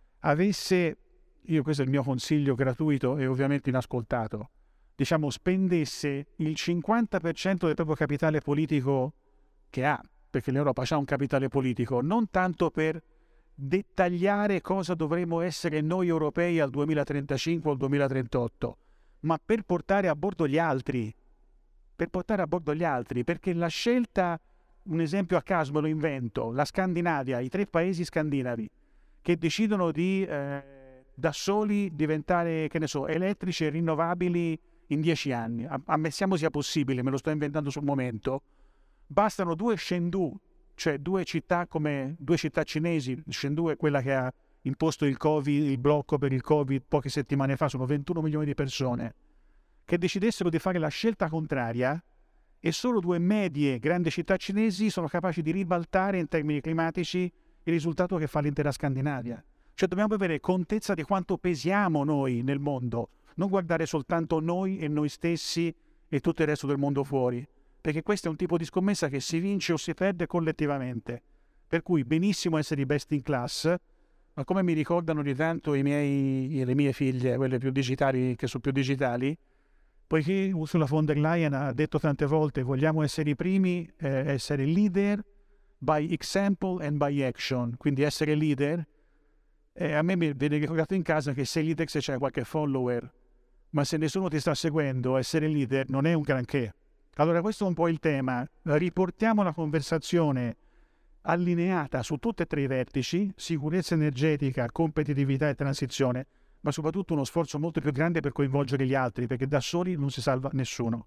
avesse, io questo è il mio consiglio gratuito e ovviamente inascoltato, diciamo spendesse il cinquanta per cento del proprio capitale politico che ha, perché l'Europa ha un capitale politico, non tanto per dettagliare cosa dovremo essere noi europei al duemilatrentacinque o al duemilatrentotto, ma per portare a bordo gli altri, per portare a bordo gli altri, perché la scelta, un esempio a caso me lo invento, la Scandinavia, i tre paesi scandinavi, che decidono di eh, da soli diventare, che ne so, elettrici e rinnovabili in dieci anni, ammettiamo sia possibile, me lo sto inventando sul momento, bastano due Chengdu, cioè due città come due città cinesi. Chengdu è quella che ha imposto il Covid, il blocco per il Covid poche settimane fa, sono ventuno milioni di persone. che decidessero di fare la scelta contraria e solo due medie grandi città cinesi sono capaci di ribaltare in termini climatici il risultato che fa l'intera Scandinavia. Cioè dobbiamo avere contezza di quanto pesiamo noi nel mondo, non guardare soltanto noi e noi stessi e tutto il resto del mondo fuori, perché questo è un tipo di scommessa che si vince o si perde collettivamente. Per cui benissimo essere i best in class, ma come mi ricordano di tanto i miei, le mie figlie, quelle più digitali che sono più digitali, poiché Ursula von der Leyen ha detto tante volte vogliamo essere i primi, eh, essere leader by example and by action, quindi essere leader, eh, a me mi viene ricordato in casa che sei leader se c'è qualche follower, ma se nessuno ti sta seguendo, essere leader non è un granché. Allora questo è un po' il tema, riportiamo la conversazione allineata su tutti e tre i vertici, sicurezza energetica, competitività e transizione, ma soprattutto uno sforzo molto più grande per coinvolgere gli altri, perché da soli non si salva nessuno.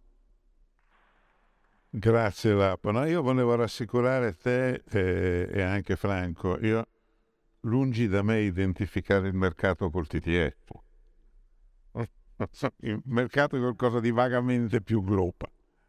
Grazie Lapo. No, io volevo rassicurare te e, e anche Franco, io lungi da me identificare il mercato col T T F. Il mercato è qualcosa di vagamente più globale.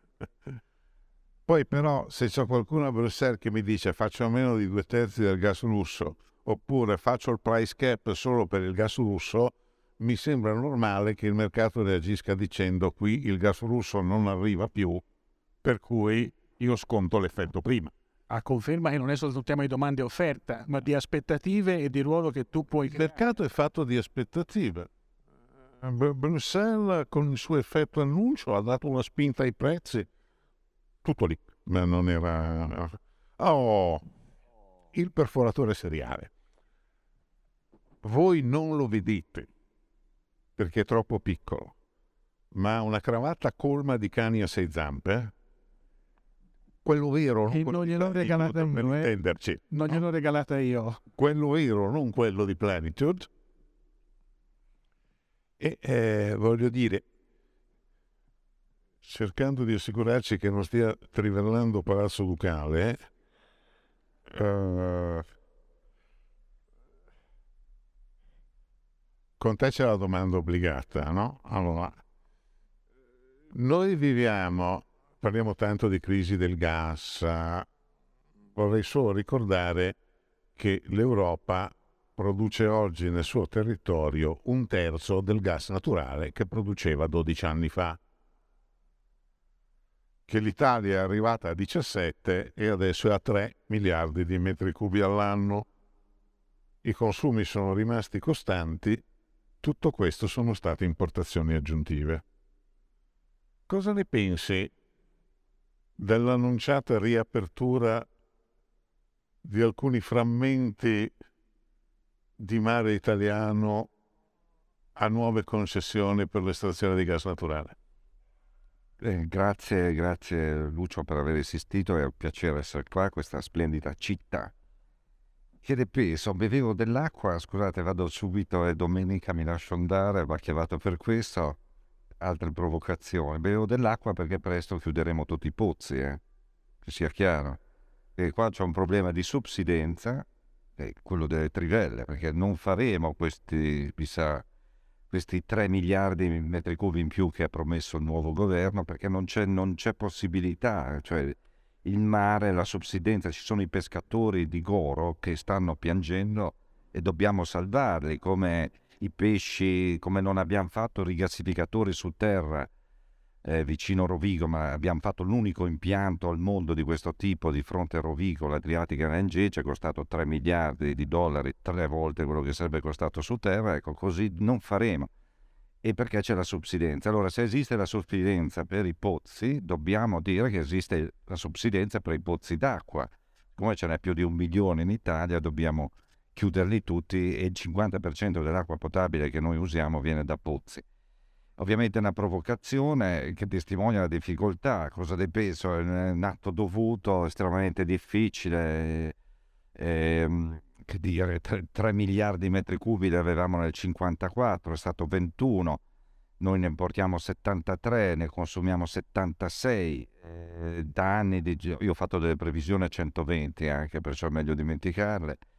Poi però se c'è qualcuno a Bruxelles che mi dice faccio a meno di due terzi del gas russo oppure faccio il price cap solo per il gas russo, mi sembra normale che il mercato reagisca dicendo qui il gas russo non arriva più, per cui io sconto l'effetto prima. A conferma che non è soltanto un tema di domanda e offerta, ma di aspettative e di ruolo che tu puoi creare. Il mercato è fatto di aspettative. Bruxelles con il suo effetto annuncio ha dato una spinta ai prezzi, tutto lì, ma non era... Oh, il perforatore seriale. Voi non lo vedete perché è troppo piccolo, ma una cravatta colma di cani a sei zampe, quello vero, non, non gliel'ho regalata io, per intenderci, non gliel'ho no? regalata io, quello vero, non quello di Plenitude. E eh, voglio dire, cercando di assicurarci che non stia trivellando Palazzo Ducale, eh, con te c'è la domanda obbligata, no? Allora, noi viviamo, parliamo tanto di crisi del gas, vorrei solo ricordare che l'Europa produce oggi nel suo territorio un terzo del gas naturale che produceva dodici anni fa, che l'Italia è arrivata a diciassette e adesso è a tre miliardi di metri cubi all'anno. I consumi sono rimasti costanti, tutto questo sono state importazioni aggiuntive. Cosa ne pensi dell'annunciata riapertura di alcuni frammenti di mare italiano a nuove concessioni per l'estrazione di gas naturale? Eh, grazie, grazie Lucio per aver assistito, è un piacere essere qua, questa splendida città. Che ne penso? Bevevo dell'acqua, scusate vado subito, è domenica, mi lascio andare, va chiamato per questo, altre provocazioni. Bevevo dell'acqua perché presto chiuderemo tutti i pozzi, eh? Che sia chiaro. E qua c'è un problema di subsidenza, è quello delle trivelle, perché non faremo questi, mi sa, questi tre miliardi di metri cubi in più che ha promesso il nuovo governo, perché non c'è, non c'è possibilità, cioè il mare, la subsidenza, ci sono i pescatori di Goro che stanno piangendo e dobbiamo salvarli, come i pesci, come non abbiamo fatto rigassificatori su terra eh, vicino Rovigo, ma abbiamo fatto l'unico impianto al mondo di questo tipo di fronte a Rovigo, l'Adriatica L N G, ci è costato tre miliardi di dollari, tre volte quello che sarebbe costato su terra, ecco, così non faremo. E perché c'è la subsidenza? Allora, se esiste la subsidenza per i pozzi, dobbiamo dire che esiste la subsidenza per i pozzi d'acqua. Come ce n'è più di un milione in Italia, dobbiamo chiuderli tutti e il cinquanta per cento dell'acqua potabile che noi usiamo viene da pozzi. Ovviamente è una provocazione che testimonia la difficoltà. Cosa ne penso? È un atto dovuto, estremamente difficile. Ehm, che dire, tre miliardi di metri cubi li avevamo nel cinquantaquattro, è stato ventuno, noi ne importiamo settantatré, ne consumiamo settantasei, eh, da anni di, io ho fatto delle previsioni a centoventi anche, perciò è meglio dimenticarle,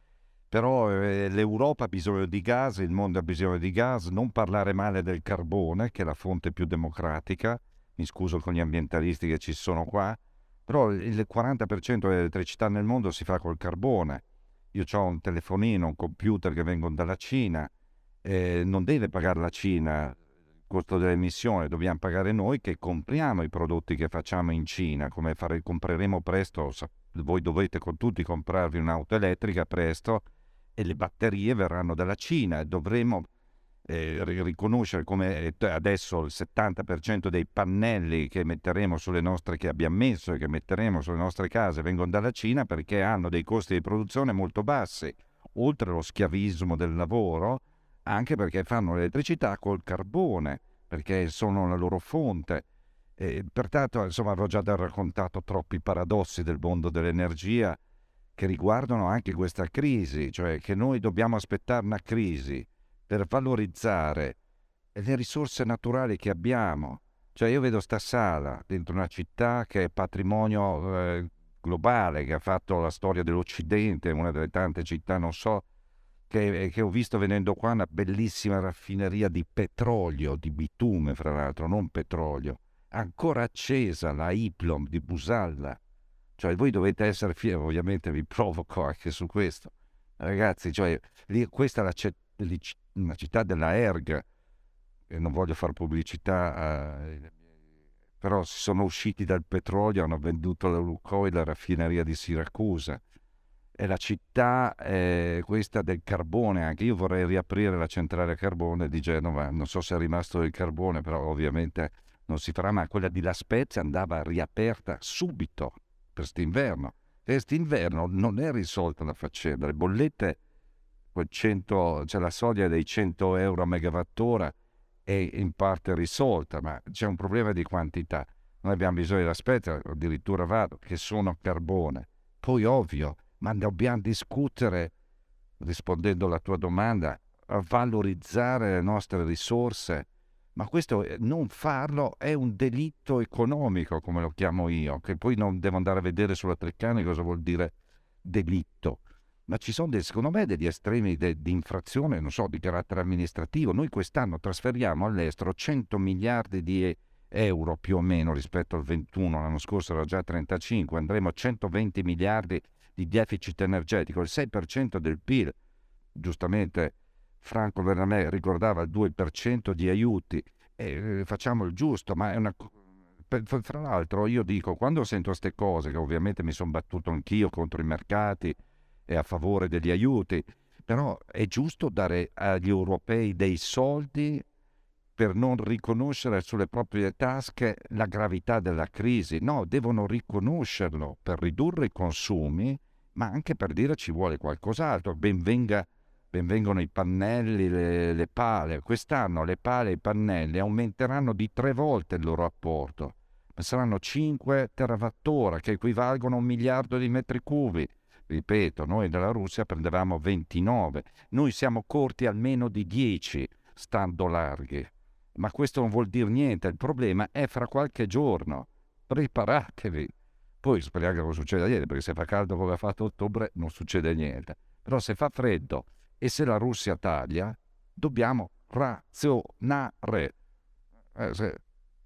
Però eh, l'Europa ha bisogno di gas, il mondo ha bisogno di gas, non parlare male del carbone, che è la fonte più democratica, mi scuso con gli ambientalisti che ci sono qua, però il quaranta per cento dell'elettricità nel mondo si fa col carbone. Io ho un telefonino, un computer che vengono dalla Cina, eh, non deve pagare la Cina il costo dell'emissione, dobbiamo pagare noi che compriamo i prodotti che facciamo in Cina, come fare, compreremo presto, voi dovete con tutti comprarvi un'auto elettrica presto, e le batterie verranno dalla Cina e dovremo eh, riconoscere come adesso il settanta per cento dei pannelli che metteremo sulle nostre, che abbiamo messo e che metteremo sulle nostre case vengono dalla Cina perché hanno dei costi di produzione molto bassi, oltre allo schiavismo del lavoro, anche perché fanno l'elettricità col carbone, perché sono la loro fonte. E pertanto, insomma, avevo già raccontato troppi paradossi del mondo dell'energia che riguardano anche questa crisi, cioè che noi dobbiamo aspettare una crisi per valorizzare le risorse naturali che abbiamo. Cioè io vedo sta sala dentro una città che è patrimonio eh, globale, che ha fatto la storia dell'Occidente, una delle tante città, non so, che, che ho visto venendo qua, una bellissima raffineria di petrolio, di bitume fra l'altro, non petrolio, ancora accesa, la Iplom di Busalla. Cioè voi dovete essere fieri, ovviamente vi provoco anche su questo. Ragazzi, cioè, lì, questa è la, c- la città della Erg, e non voglio fare pubblicità, eh, però si sono usciti dal petrolio, hanno venduto la Lukoil, la raffineria di Siracusa. È la città eh, questa del carbone, anche io vorrei riaprire la centrale a carbone di Genova, non so se è rimasto il carbone, però ovviamente non si farà, ma quella di La Spezia andava riaperta subito per quest'inverno. E quest'inverno non è risolta la faccenda, le bollette, quel cento, c'è la soglia dei cento euro a megawattora è in parte risolta, ma c'è un problema di quantità. Noi abbiamo bisogno di La Spezia, addirittura vado, che sono carbone. Poi ovvio, ma dobbiamo discutere, rispondendo alla tua domanda, a valorizzare le nostre risorse, ma questo non farlo è un delitto economico, come lo chiamo io, che poi non devo andare a vedere sulla Treccani cosa vuol dire delitto. Ma ci sono, dei, secondo me, degli estremi de, di infrazione, non so, di carattere amministrativo. Noi quest'anno trasferiamo all'estero cento miliardi di euro più o meno rispetto al ventuno, l'anno scorso era già trentacinque, andremo a centoventi miliardi di deficit energetico, il sei per cento del P I L. Giustamente Franco Bernabé ricordava il due per cento di aiuti, e facciamo il giusto, ma è una... Fra l'altro io dico, quando sento queste cose, che ovviamente mi sono battuto anch'io contro i mercati e a favore degli aiuti, però è giusto dare agli europei dei soldi per non riconoscere sulle proprie tasche la gravità della crisi. No, devono riconoscerlo per ridurre i consumi, ma anche per dire ci vuole qualcos'altro. Benvenga, benvengono i pannelli, le, le pale. Quest'anno le pale e i pannelli aumenteranno di tre volte il loro apporto. Saranno cinque terawattora, che equivalgono a un miliardo di metri cubi. Ripeto, noi dalla Russia prendevamo ventinove. Noi siamo corti almeno di dieci, stando larghi. Ma questo non vuol dire niente, il problema è fra qualche giorno. Preparatevi. Poi speriamo che non succeda niente, perché se fa caldo come ha fatto ottobre non succede niente. Però se fa freddo e se la Russia taglia, dobbiamo razionare. Eh, se...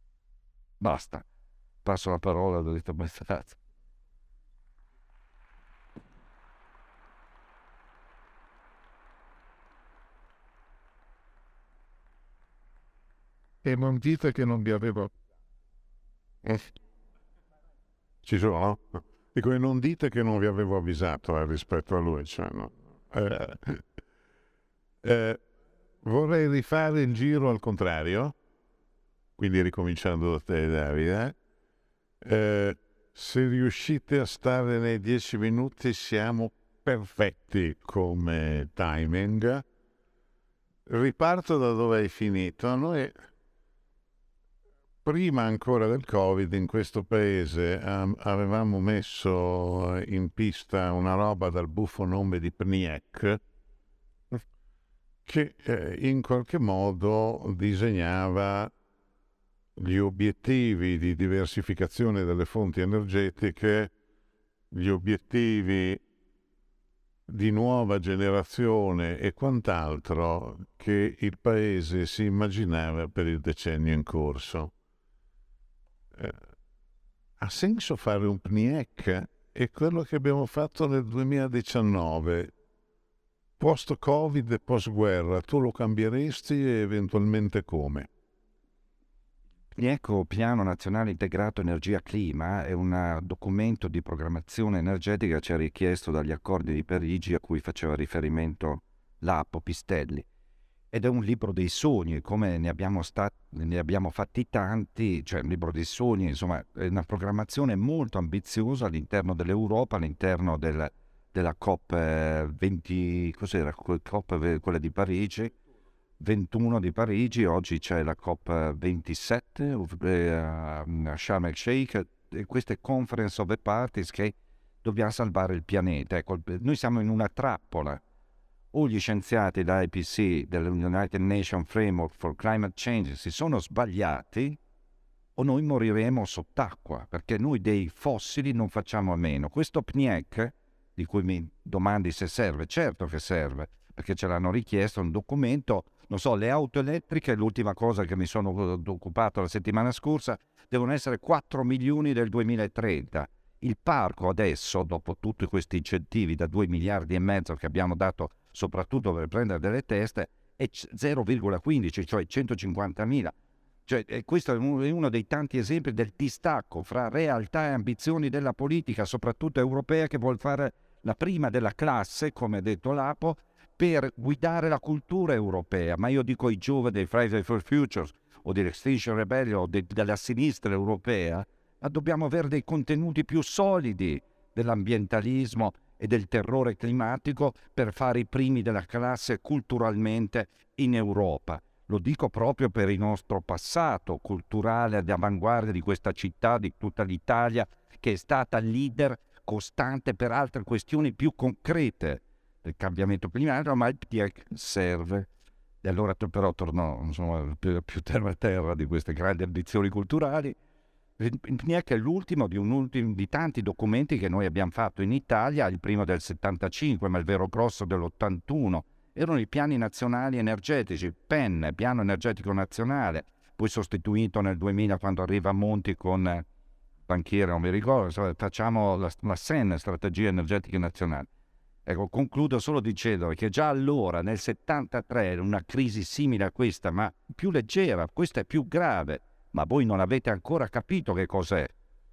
Basta. Passo la parola al dottor Mestrazzo. E non dite che non vi avevo... Eh. Ci sono? Dico, e non dite che non vi avevo avvisato eh, rispetto a lui. Cioè, no. eh, eh, vorrei rifare il giro al contrario, quindi ricominciando da te, Davide. Eh, se riuscite a stare nei dieci minuti siamo perfetti come timing. Riparto da dove hai finito. Noi... Prima ancora del Covid in questo paese um, avevamo messo in pista una roba dal buffo nome di P N I E C che eh, in qualche modo disegnava gli obiettivi di diversificazione delle fonti energetiche, gli obiettivi di nuova generazione e quant'altro che il Paese si immaginava per il decennio in corso. Eh, ha senso fare un P N I E C? È quello che abbiamo fatto nel duemiladiciannove. Post-Covid e post-guerra, tu lo cambieresti e eventualmente come? Ecco, Piano Nazionale Integrato Energia-Clima è un documento di programmazione energetica che ci è richiesto dagli accordi di Parigi a cui faceva riferimento Lapo Pistelli. Ed è un libro dei sogni, come ne abbiamo, stat- ne abbiamo fatti tanti, cioè un libro dei sogni, insomma, è una programmazione molto ambiziosa all'interno dell'Europa, all'interno del, della COP venti, cos'era, COP, quella di Parigi, ventuno di Parigi, oggi c'è la COP ventisette eh, a Sharm el Sheikh, e queste conference of the parties che dobbiamo salvare il pianeta. Ecco, noi siamo in una trappola. O gli scienziati dell'I P C C, dell'United Nations Framework for Climate Change, si sono sbagliati, o noi moriremo sott'acqua, perché noi dei fossili non facciamo a meno. Questo P N I E C, di cui mi domandi se serve, certo che serve, perché ce l'hanno richiesto, un documento, non so, le auto elettriche, l'ultima cosa che mi sono occupato la settimana scorsa, devono essere quattro milioni del duemilatrenta. Il parco adesso, dopo tutti questi incentivi da due miliardi e mezzo che abbiamo dato soprattutto per prendere delle teste, è zero virgola quindici, cioè centocinquantamila. Cioè, e questo è uno dei tanti esempi del distacco fra realtà e ambizioni della politica, soprattutto europea, che vuol fare la prima della classe, come ha detto Lapo, per guidare la cultura europea. Ma io dico ai giovani dei Fridays for Future o dell'Extinction Rebellion o de- della sinistra europea, ma dobbiamo avere dei contenuti più solidi dell'ambientalismo e del terrore climatico per fare i primi della classe culturalmente in Europa. Lo dico proprio per il nostro passato culturale di avanguardia di questa città, di tutta l'Italia, che è stata leader costante per altre questioni più concrete del cambiamento climatico, ma il P N I E C serve. E allora però torno insomma, più, più terra a terra di queste grandi ambizioni culturali. Il P N I E C è l'ultimo di, un ultimo di tanti documenti che noi abbiamo fatto in Italia, il primo del settantacinque, ma il vero grosso dell'ottantuno. Erano i piani nazionali energetici, P E N, Piano Energetico Nazionale, poi sostituito nel duemila quando arriva Monti con eh, banchiere, non mi ricordo, facciamo la, la S E N, Strategia Energetica Nazionale. Ecco, concludo solo dicendo che già allora, nel settantatré, una crisi simile a questa, ma più leggera, questa è più grave, ma voi non avete ancora capito che cos'è.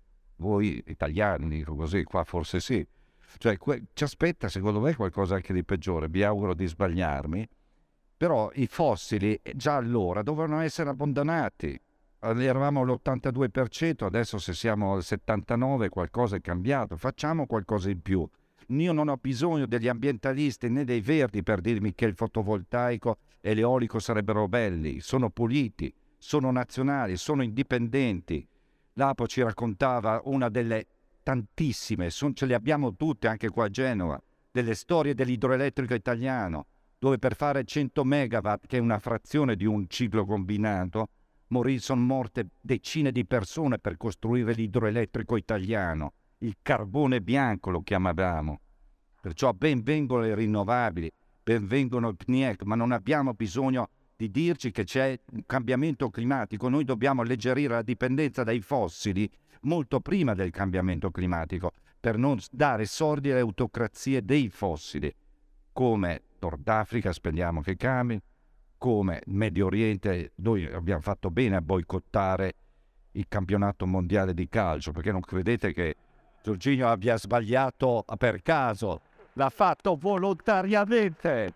Voi italiani, dico così, qua forse sì. Cioè, que- ci aspetta, secondo me, qualcosa anche di peggiore. Vi auguro di sbagliarmi. Però i fossili già allora dovevano essere abbandonati. Eravamo all'ottantadue per cento, adesso se siamo al settantanove per cento qualcosa è cambiato. Facciamo qualcosa in più. Io non ho bisogno degli ambientalisti né dei verdi per dirmi che il fotovoltaico e l'eolico sarebbero belli. Sono puliti, sono nazionali, sono indipendenti. Lapo ci raccontava una delle tantissime, son, ce le abbiamo tutte anche qua a Genova, delle storie dell'idroelettrico italiano, dove per fare cento megawatt, che è una frazione di un ciclo combinato, morì, sono morte decine di persone per costruire l'idroelettrico italiano. Il carbone bianco lo chiamavamo. Perciò ben vengono le rinnovabili, ben vengono il P N I E C, ma non abbiamo bisogno di dirci che c'è un cambiamento climatico. Noi dobbiamo alleggerire la dipendenza dai fossili molto prima del cambiamento climatico, per non dare soldi alle autocrazie dei fossili, come Nord Africa, speriamo che cambi, come Medio Oriente. Noi abbiamo fatto bene a boicottare il campionato mondiale di calcio, perché non credete che Giorginio abbia sbagliato per caso, l'ha fatto volontariamente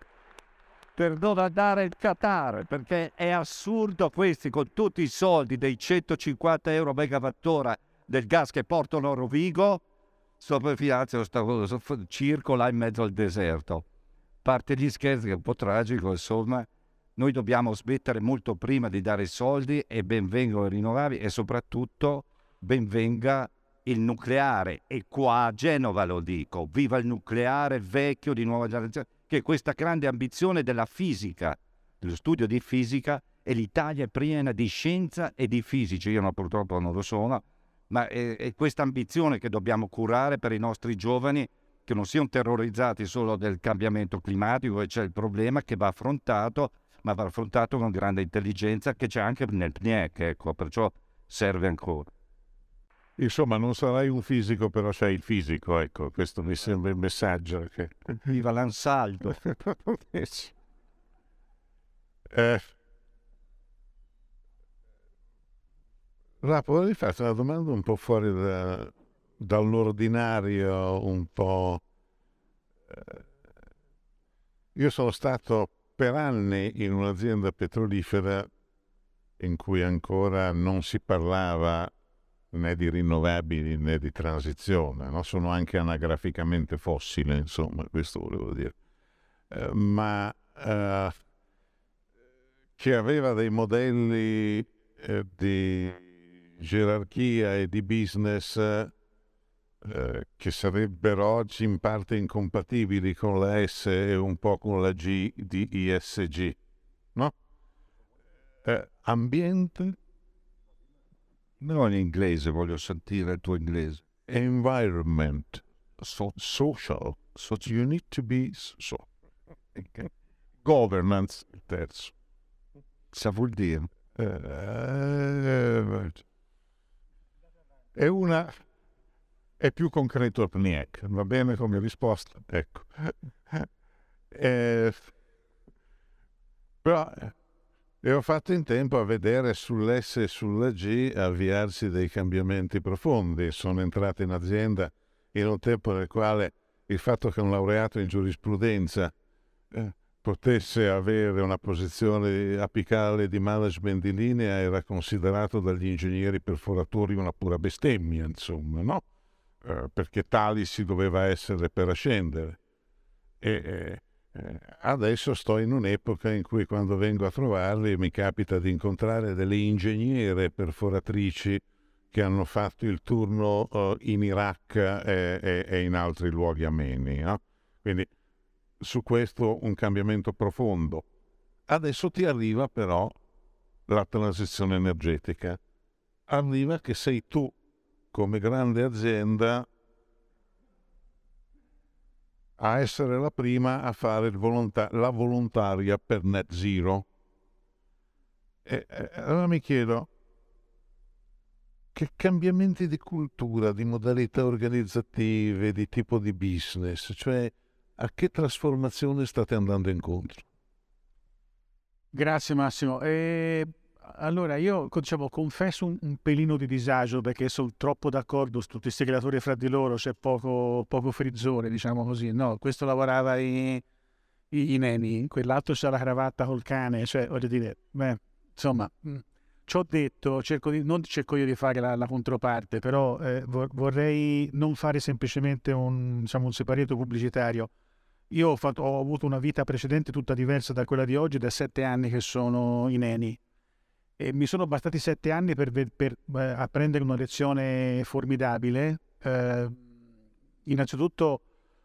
per non andare in Qatar, perché è assurdo questi, con tutti i soldi dei centocinquanta euro megawattora del gas che portano a Rovigo, sopra finanzia circola in mezzo al deserto. Parte gli scherzi, che è un po' tragico, insomma, noi dobbiamo smettere molto prima di dare soldi, e ben vengano i rinnovabili, e soprattutto ben venga il nucleare. E qua a Genova lo dico, viva il nucleare vecchio di nuova generazione, che è questa grande ambizione della fisica, dello studio di fisica, e l'Italia è piena di scienza e di fisici. Io no, purtroppo non lo sono, ma è, è questa ambizione che dobbiamo curare per i nostri giovani, che non siano terrorizzati solo del cambiamento climatico, e c'è il problema che va affrontato, ma va affrontato con grande intelligenza, che c'è anche nel P N I E C, ecco, perciò serve ancora. Insomma, non sarai un fisico, però sei il fisico, ecco, questo mi sembra il messaggio. Che... Viva l'Ansaldo! eh, Rapo, vorrei farti una domanda un po' fuori da, dall'ordinario, un po'... Eh, io sono stato per anni in un'azienda petrolifera in cui ancora non si parlava né di rinnovabili né di transizione, no? Sono anche anagraficamente fossile, insomma, questo volevo dire. Eh, ma eh, che aveva dei modelli eh, di gerarchia e di business eh, che sarebbero oggi in parte incompatibili con la S e un po' con la G di E S G, no? Eh, ambiente, No, in inglese, voglio sentire il tuo inglese. environment, So, social, so you need to be so. Okay. Governance, il terzo. sa vuol dire? Eh, è una è più concreto il P N I E C, va bene come risposta, ecco. Eh, però e ho fatto in tempo a vedere sull'S e sulla G avviarsi dei cambiamenti profondi. Sono entrato in azienda in un tempo nel quale il fatto che un laureato in giurisprudenza eh, potesse avere una posizione apicale di management di linea era considerato dagli ingegneri perforatori una pura bestemmia, insomma, no? Eh, perché tali si doveva essere per ascendere. E, eh, eh, adesso sto in un'epoca in cui quando vengo a trovarli mi capita di incontrare delle ingegnere perforatrici che hanno fatto il turno uh, in Iraq e, e, e in altri luoghi ameni, no? Quindi su questo un cambiamento profondo. Adesso ti arriva però la transizione energetica. Arriva che sei tu, come grande azienda, a essere la prima a fare il volonta- la volontaria per net zero. E, e allora mi chiedo, che cambiamenti di cultura, di modalità organizzative, di tipo di business, cioè a che trasformazione state andando incontro? Grazie Massimo. E allora io diciamo, confesso un, un pelino di disagio perché sono troppo d'accordo su tutti questi creatori fra di loro, c'è poco, poco frizzore, diciamo così. No, questo lavorava i, i, i neni, quell'altro c'ha la cravatta col cane, cioè voglio dire, beh, insomma, mh, ci ho detto, cerco di, non cerco io di fare la, la controparte, però eh, vor- vorrei non fare semplicemente un, diciamo, un separato pubblicitario. Io ho, fatto, ho avuto una vita precedente tutta diversa da quella di oggi, da sette anni che sono in Eni. E mi sono bastati sette anni per, per, per eh, apprendere una lezione formidabile. Eh, innanzitutto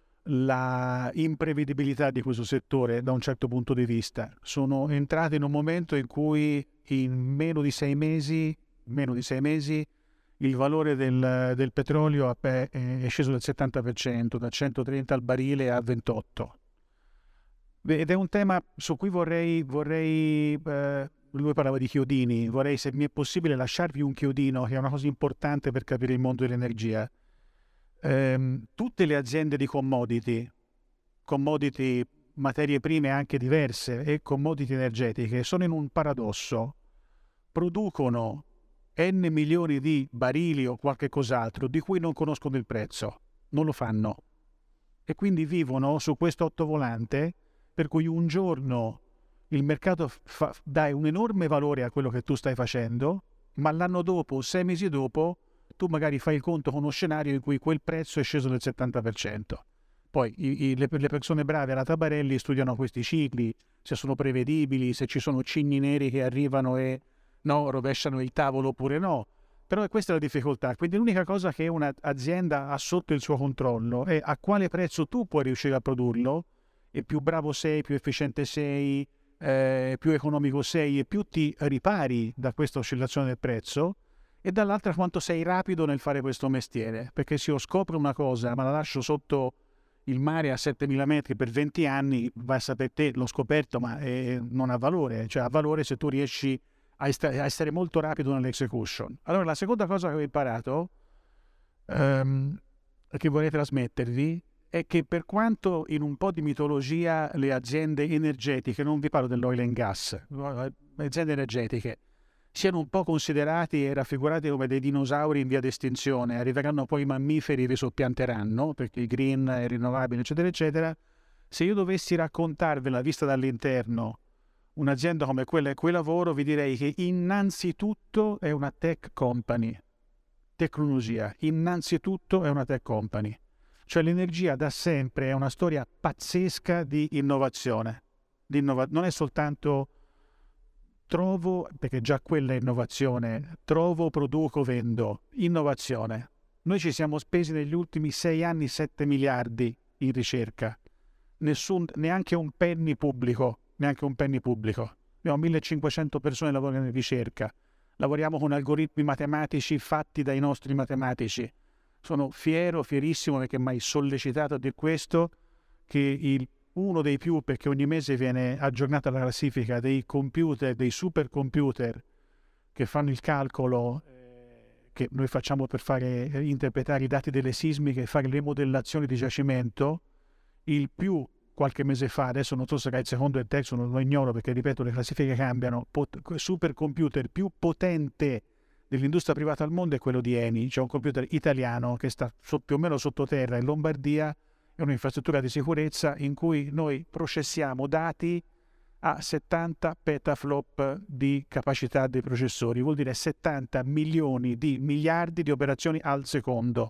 la imprevedibilità di questo settore da un certo punto di vista. Sono entrato in un momento in cui in meno di sei mesi, meno di sei mesi il valore del, del petrolio è sceso del settanta per cento, da centotrenta al barile a ventotto. Ed è un tema su cui vorrei, vorrei eh, lui parlava di chiodini, vorrei, se mi è possibile, lasciarvi un chiodino, che è una cosa importante per capire il mondo dell'energia. Eh, tutte le aziende di commodity, commodity, materie prime anche diverse e commodity energetiche, sono in un paradosso. Producono N milioni di barili o qualche cos'altro di cui non conoscono il prezzo, non lo fanno. E quindi vivono su questo ottovolante per cui un giorno il mercato fa, dà un enorme valore a quello che tu stai facendo, ma l'anno dopo, sei mesi dopo, tu magari fai il conto con uno scenario in cui quel prezzo è sceso del settanta per cento. Poi i, i, le, le persone brave alla Tabarelli studiano questi cicli, se sono prevedibili, se ci sono cigni neri che arrivano e no, rovesciano il tavolo oppure no. Però questa è la difficoltà. Quindi l'unica cosa che un'azienda ha sotto il suo controllo è a quale prezzo tu puoi riuscire a produrlo, e più bravo sei, più efficiente sei, eh, più economico sei e più ti ripari da questa oscillazione del prezzo, e dall'altra quanto sei rapido nel fare questo mestiere. Perché se io scopro una cosa ma la lascio sotto il mare a settemila metri per venti anni, vai a sapere te, l'ho scoperto, ma eh, non ha valore, cioè ha valore se tu riesci a, est- a essere molto rapido nell'execution. Allora la seconda cosa che ho imparato, um, che vorrei trasmettervi, è che per quanto in un po' di mitologia le aziende energetiche, non vi parlo dell'oil and gas, le aziende energetiche, siano un po' considerati e raffigurati come dei dinosauri in via di estinzione, arriveranno poi i mammiferi, risoppianteranno, perché i green, i rinnovabili, eccetera, eccetera. Se io dovessi raccontarvela vista dall'interno un'azienda come quella in cui lavoro, vi direi che innanzitutto è una tech company, tecnologia, innanzitutto è una tech company. Cioè l'energia da sempre è una storia pazzesca di innovazione. Di innova- non è soltanto trovo, perché già quella è innovazione, trovo, produco, vendo, innovazione. Noi ci siamo spesi negli ultimi sei anni sette miliardi in ricerca, Nessun, neanche un penny pubblico, neanche un penny pubblico. Abbiamo millecinquecento persone che lavorano in ricerca, lavoriamo con algoritmi matematici fatti dai nostri matematici. Sono fiero, fierissimo, perché mi hai sollecitato a dire questo, che il uno dei più, perché ogni mese viene aggiornata la classifica dei computer, dei supercomputer che fanno il calcolo eh, che noi facciamo per fare eh, interpretare i dati delle sismiche e fare le modellazioni di giacimento, il più qualche mese fa, adesso non so se era il secondo e il terzo, non lo ignoro perché ripeto le classifiche cambiano, pot- supercomputer più potente dell'industria privata al mondo è quello di Eni, c'è un computer italiano che sta so, più o meno sottoterra in Lombardia, è un'infrastruttura di sicurezza in cui noi processiamo dati a settanta petaflop di capacità dei processori, vuol dire settanta milioni di miliardi di operazioni al secondo.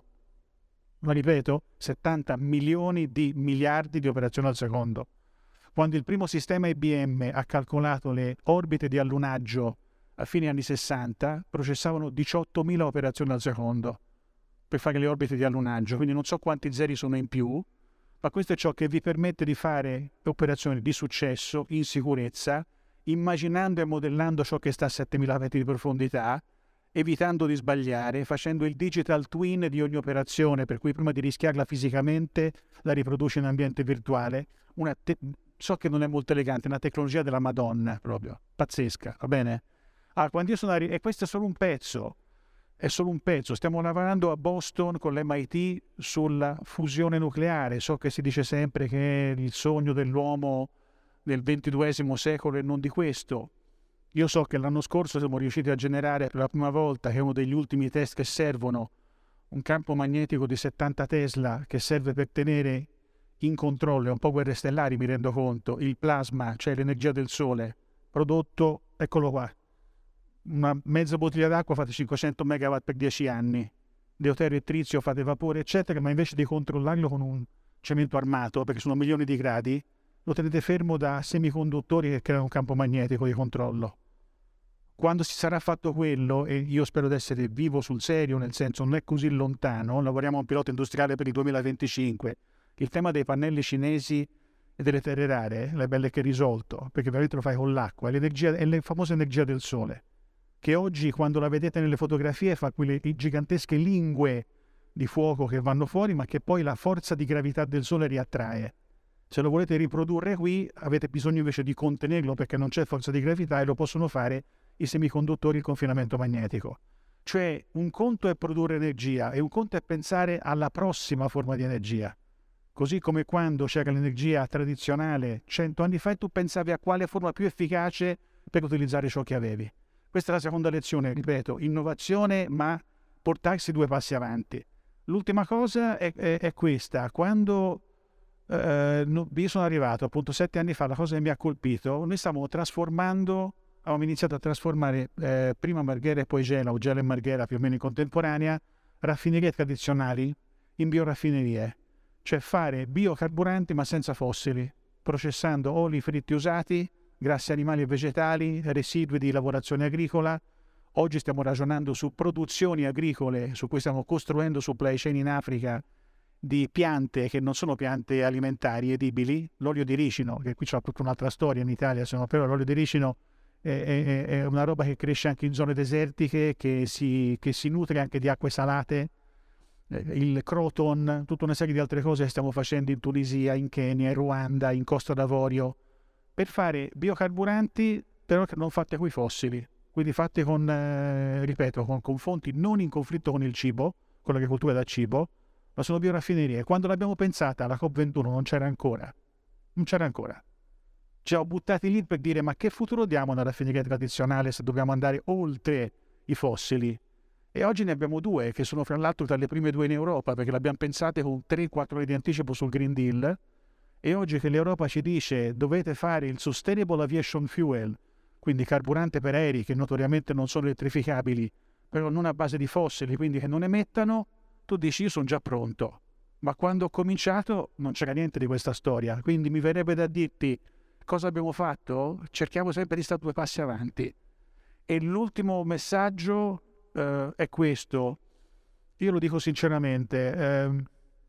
Ma ripeto, settanta milioni di miliardi di operazioni al secondo. Quando il primo sistema I B M ha calcolato le orbite di allunaggio a fine anni sessanta, processavano diciottomila operazioni al secondo per fare le orbite di allunaggio, quindi non so quanti zeri sono in più, ma questo è ciò che vi permette di fare operazioni di successo, in sicurezza, immaginando e modellando ciò che sta a settemila metri di profondità, evitando di sbagliare, facendo il digital twin di ogni operazione, per cui prima di rischiarla fisicamente la riproduce in ambiente virtuale. Una te- so che non è molto elegante, una tecnologia della Madonna, proprio, pazzesca, va bene? Ah, quando io sono arri- e questo è solo un pezzo, è solo un pezzo. Stiamo lavorando a Boston con l'M I T sulla fusione nucleare. So che si dice sempre che è il sogno dell'uomo del ventiduesimo secolo e non di questo. Io so che l'anno scorso siamo riusciti a generare per la prima volta, che è uno degli ultimi test che servono, un campo magnetico di settanta Tesla che serve per tenere in controllo, è un po' guerre stellari mi rendo conto, il plasma, cioè l'energia del sole, prodotto, eccolo qua. Una mezza bottiglia d'acqua fate cinquecento megawatt per dieci anni, deuterio e trizio fate vapore eccetera, ma invece di controllarlo con un cemento armato, perché sono milioni di gradi, lo tenete fermo da semiconduttori che creano un campo magnetico di controllo. Quando si sarà fatto quello, e io spero di essere vivo sul serio, nel senso non è così lontano, lavoriamo a un pilota industriale per il duemilaventicinque, il tema dei pannelli cinesi e delle terre rare, la bella che è risolto, perché veramente lo fai con l'acqua, l'energia è la famosa energia del sole, che oggi quando la vedete nelle fotografie fa quelle gigantesche lingue di fuoco che vanno fuori, ma che poi la forza di gravità del sole riattrae. Se lo volete riprodurre qui avete bisogno invece di contenerlo perché non c'è forza di gravità e lo possono fare i semiconduttori, il confinamento magnetico. Cioè un conto è produrre energia e un conto è pensare alla prossima forma di energia. Così come quando c'era l'energia tradizionale cento anni fa e tu pensavi a quale forma più efficace per utilizzare ciò che avevi. Questa è la seconda lezione, ripeto, innovazione ma portarsi due passi avanti. L'ultima cosa è, è, è questa, quando eh, no, io sono arrivato appunto sette anni fa, la cosa che mi ha colpito, noi stavamo trasformando, avevamo iniziato a trasformare eh, prima Marghera e poi Gela, o Gela e Marghera più o meno in contemporanea, raffinerie tradizionali in bioraffinerie, cioè fare biocarburanti ma senza fossili, processando oli fritti usati, grassi animali e vegetali, residui di lavorazione agricola. Oggi stiamo ragionando su produzioni agricole, su cui stiamo costruendo supply chain in Africa di piante che non sono piante alimentari edibili. L'olio di ricino, che qui c'è tutta un'altra storia in Italia, insomma, però l'olio di ricino è, è, è una roba che cresce anche in zone desertiche, che si, che si nutre anche di acque salate il Croton, tutta una serie di altre cose che stiamo facendo in Tunisia, in Kenya, in Ruanda, in Costa d'Avorio, per fare biocarburanti però che non fatte coi fossili, quindi fatte con, eh, ripeto, con, con fonti non in conflitto con il cibo, con l'agricoltura da cibo, ma sono bioraffinerie. Quando l'abbiamo pensata la COP ventuno non c'era ancora, non c'era ancora. Ci ho buttati lì per dire ma che futuro diamo a una raffineria tradizionale se dobbiamo andare oltre i fossili? E oggi ne abbiamo due, che sono fra l'altro tra le prime due in Europa, perché l'abbiamo pensate con tre quattro anni di anticipo sul Green Deal, e oggi che l'Europa ci dice dovete fare il Sustainable Aviation Fuel, quindi carburante per aerei che notoriamente non sono elettrificabili, però non a base di fossili, quindi che non emettano, tu dici io sono già pronto. Ma quando ho cominciato non c'era niente di questa storia, quindi mi verrebbe da dirti cosa abbiamo fatto? Cerchiamo sempre di stare due passi avanti. E l'ultimo messaggio Uh, è questo. Io lo dico sinceramente, uh,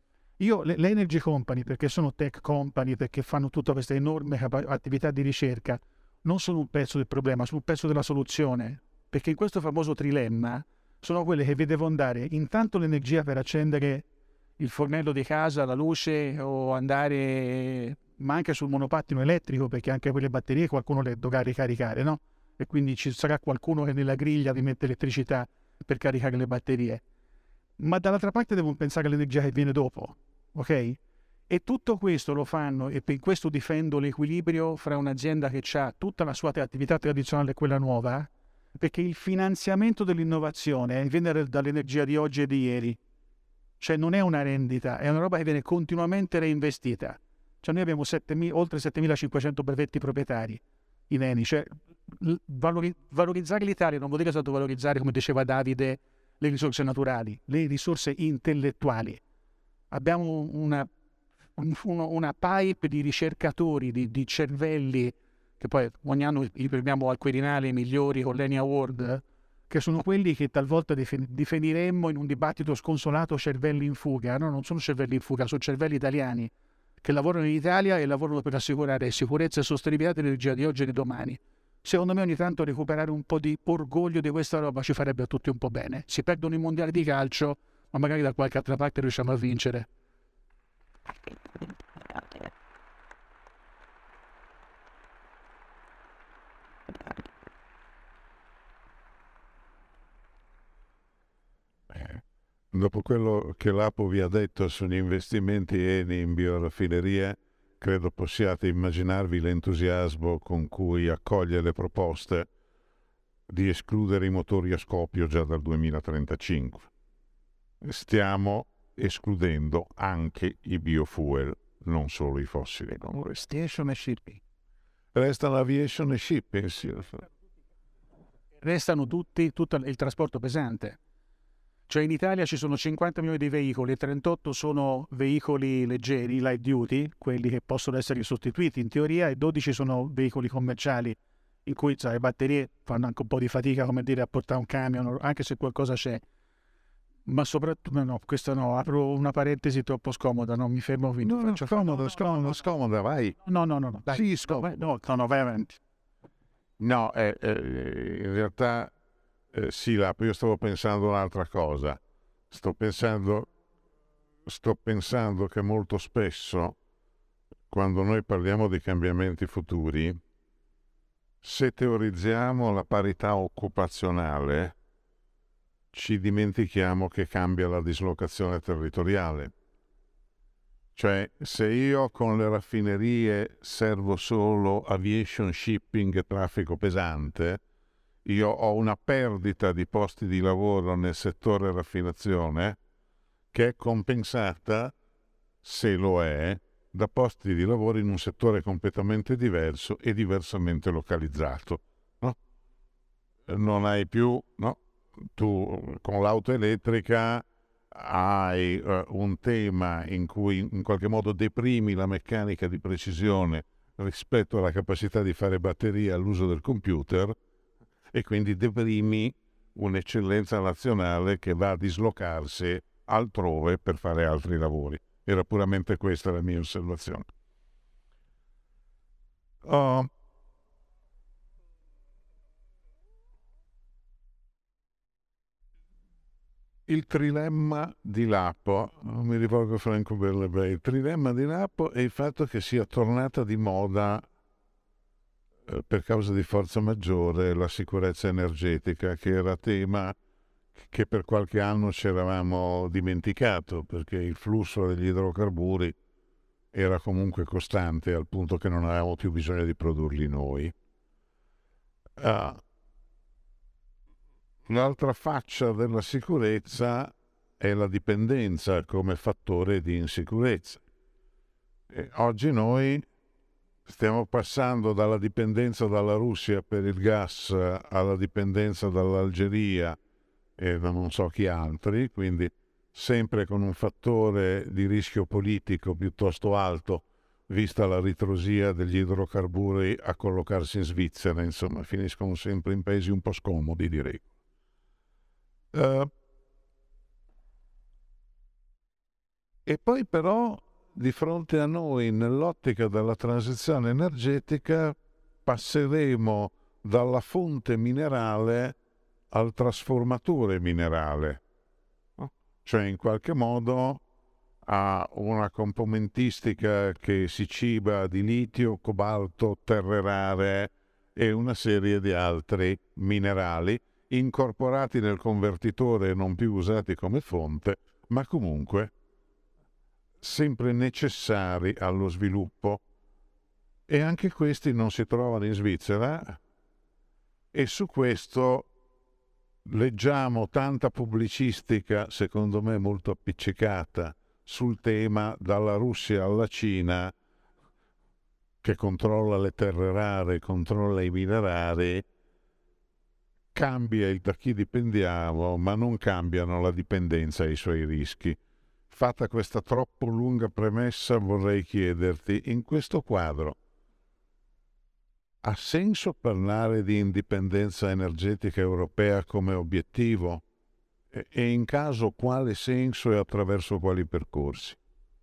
io le, le energy company, perché sono tech company, perché fanno tutta questa enorme capa- attività di ricerca, non sono un pezzo del problema, sono un pezzo della soluzione, perché in questo famoso trilemma sono quelle che vedevo dare intanto l'energia per accendere il fornello di casa, la luce, o andare, ma anche sul monopattino elettrico, perché anche quelle batterie qualcuno le dovrà ricaricare, no? E quindi ci sarà qualcuno che nella griglia vi mette elettricità per caricare le batterie. Ma dall'altra parte devono pensare all'energia che viene dopo, ok? E tutto questo lo fanno, e per questo difendo l'equilibrio fra un'azienda che ha tutta la sua attività tradizionale e quella nuova, perché il finanziamento dell'innovazione viene dall'energia di oggi e di ieri. Cioè non è una rendita, è una roba che viene continuamente reinvestita. Cioè noi abbiamo settemiila oltre settemilacinquecento brevetti proprietari in Eni, cioè valori, valorizzare l'Italia non vuol dire sottovalorizzare, come diceva Davide, le risorse naturali, le risorse intellettuali. Abbiamo una, un, una pipe di ricercatori, di, di cervelli, che poi ogni anno li premiamo al Quirinale migliori con l'Eni Award, che sono quelli che talvolta definiremmo in un dibattito sconsolato cervelli in fuga. No, non sono cervelli in fuga, sono cervelli italiani che lavorano in Italia e lavorano per assicurare sicurezza e sostenibilità dell'energia di oggi e di domani. Secondo me ogni tanto recuperare un po' di orgoglio di questa roba ci farebbe a tutti un po' bene. Si perdono i mondiali di calcio, ma magari da qualche altra parte riusciamo a vincere. Dopo quello che l'Apo vi ha detto sugli investimenti Eni in bioraffinerie, credo possiate immaginarvi l'entusiasmo con cui accoglie le proposte di escludere i motori a scoppio già dal duemilatrentacinque. Stiamo escludendo anche i biofuel, non solo i fossili. Station e shipping. Restano aviation e shipping. Sì. Restano tutti, tutto il trasporto pesante. Cioè in Italia ci sono cinquanta milioni di veicoli e trentotto sono veicoli leggeri, light duty, quelli che possono essere sostituiti in teoria, e dodici sono veicoli commerciali, in cui cioè, le batterie fanno anche un po' di fatica, come dire, a portare un camion, anche se qualcosa c'è. Ma soprattutto, no, no, questa no, apro una parentesi troppo scomoda, non mi fermo qui. No, no, scomoda, scomoda, scomoda, vai. No, no, no, no, dai. Sì, scomoda. No, no, no, vai avanti. No, eh, eh, in realtà... Eh, sì, Lapo, io stavo pensando un'altra cosa. Sto pensando, sto pensando che molto spesso, quando noi parliamo di cambiamenti futuri, se teorizziamo la parità occupazionale, ci dimentichiamo che cambia la dislocazione territoriale. Cioè, se io con le raffinerie servo solo aviation, shipping e traffico pesante, io ho una perdita di posti di lavoro nel settore raffinazione che è compensata, se lo è, da posti di lavoro in un settore completamente diverso e diversamente localizzato. No? Non hai più, no? Tu con l'auto elettrica hai uh, un tema in cui in qualche modo deprimi la meccanica di precisione rispetto alla capacità di fare batteria all'uso del computer, e quindi deprimi un'eccellenza nazionale che va a dislocarsi altrove per fare altri lavori. Era puramente questa la mia osservazione. Uh, il trilemma di Lapo, non mi ricordo Franco Berlebei, il trilemma di Lapo è il fatto che sia tornata di moda eh, per causa di forza maggiore la sicurezza energetica, che era tema che per qualche anno ci eravamo dimenticato, perché il flusso degli idrocarburi era comunque costante al punto che non avevamo più bisogno di produrli noi. Ah, l'altra faccia della sicurezza è la dipendenza come fattore di insicurezza. E oggi noi stiamo passando dalla dipendenza dalla Russia per il gas alla dipendenza dall'Algeria e da non so chi altri, quindi sempre con un fattore di rischio politico piuttosto alto, vista la ritrosia degli idrocarburi a collocarsi in Svizzera, insomma, finiscono sempre in paesi un po' scomodi, direi. Uh, e poi però di fronte a noi, nell'ottica della transizione energetica, passeremo dalla fonte minerale al trasformatore minerale, cioè in qualche modo a una componentistica che si ciba di litio, cobalto, terre rare e una serie di altri minerali incorporati nel convertitore e non più usati come fonte, ma comunque sempre necessari allo sviluppo. E anche questi non si trovano in Svizzera, e su questo leggiamo tanta pubblicistica, secondo me molto appiccicata, sul tema dalla Russia alla Cina, che controlla le terre rare, controlla i minerali, cambia il da chi dipendiamo, ma non cambiano la dipendenza e i suoi rischi. Fatta questa troppo lunga premessa, vorrei chiederti, in questo quadro, ha senso parlare di indipendenza energetica europea come obiettivo? E, e in caso quale senso e attraverso quali percorsi?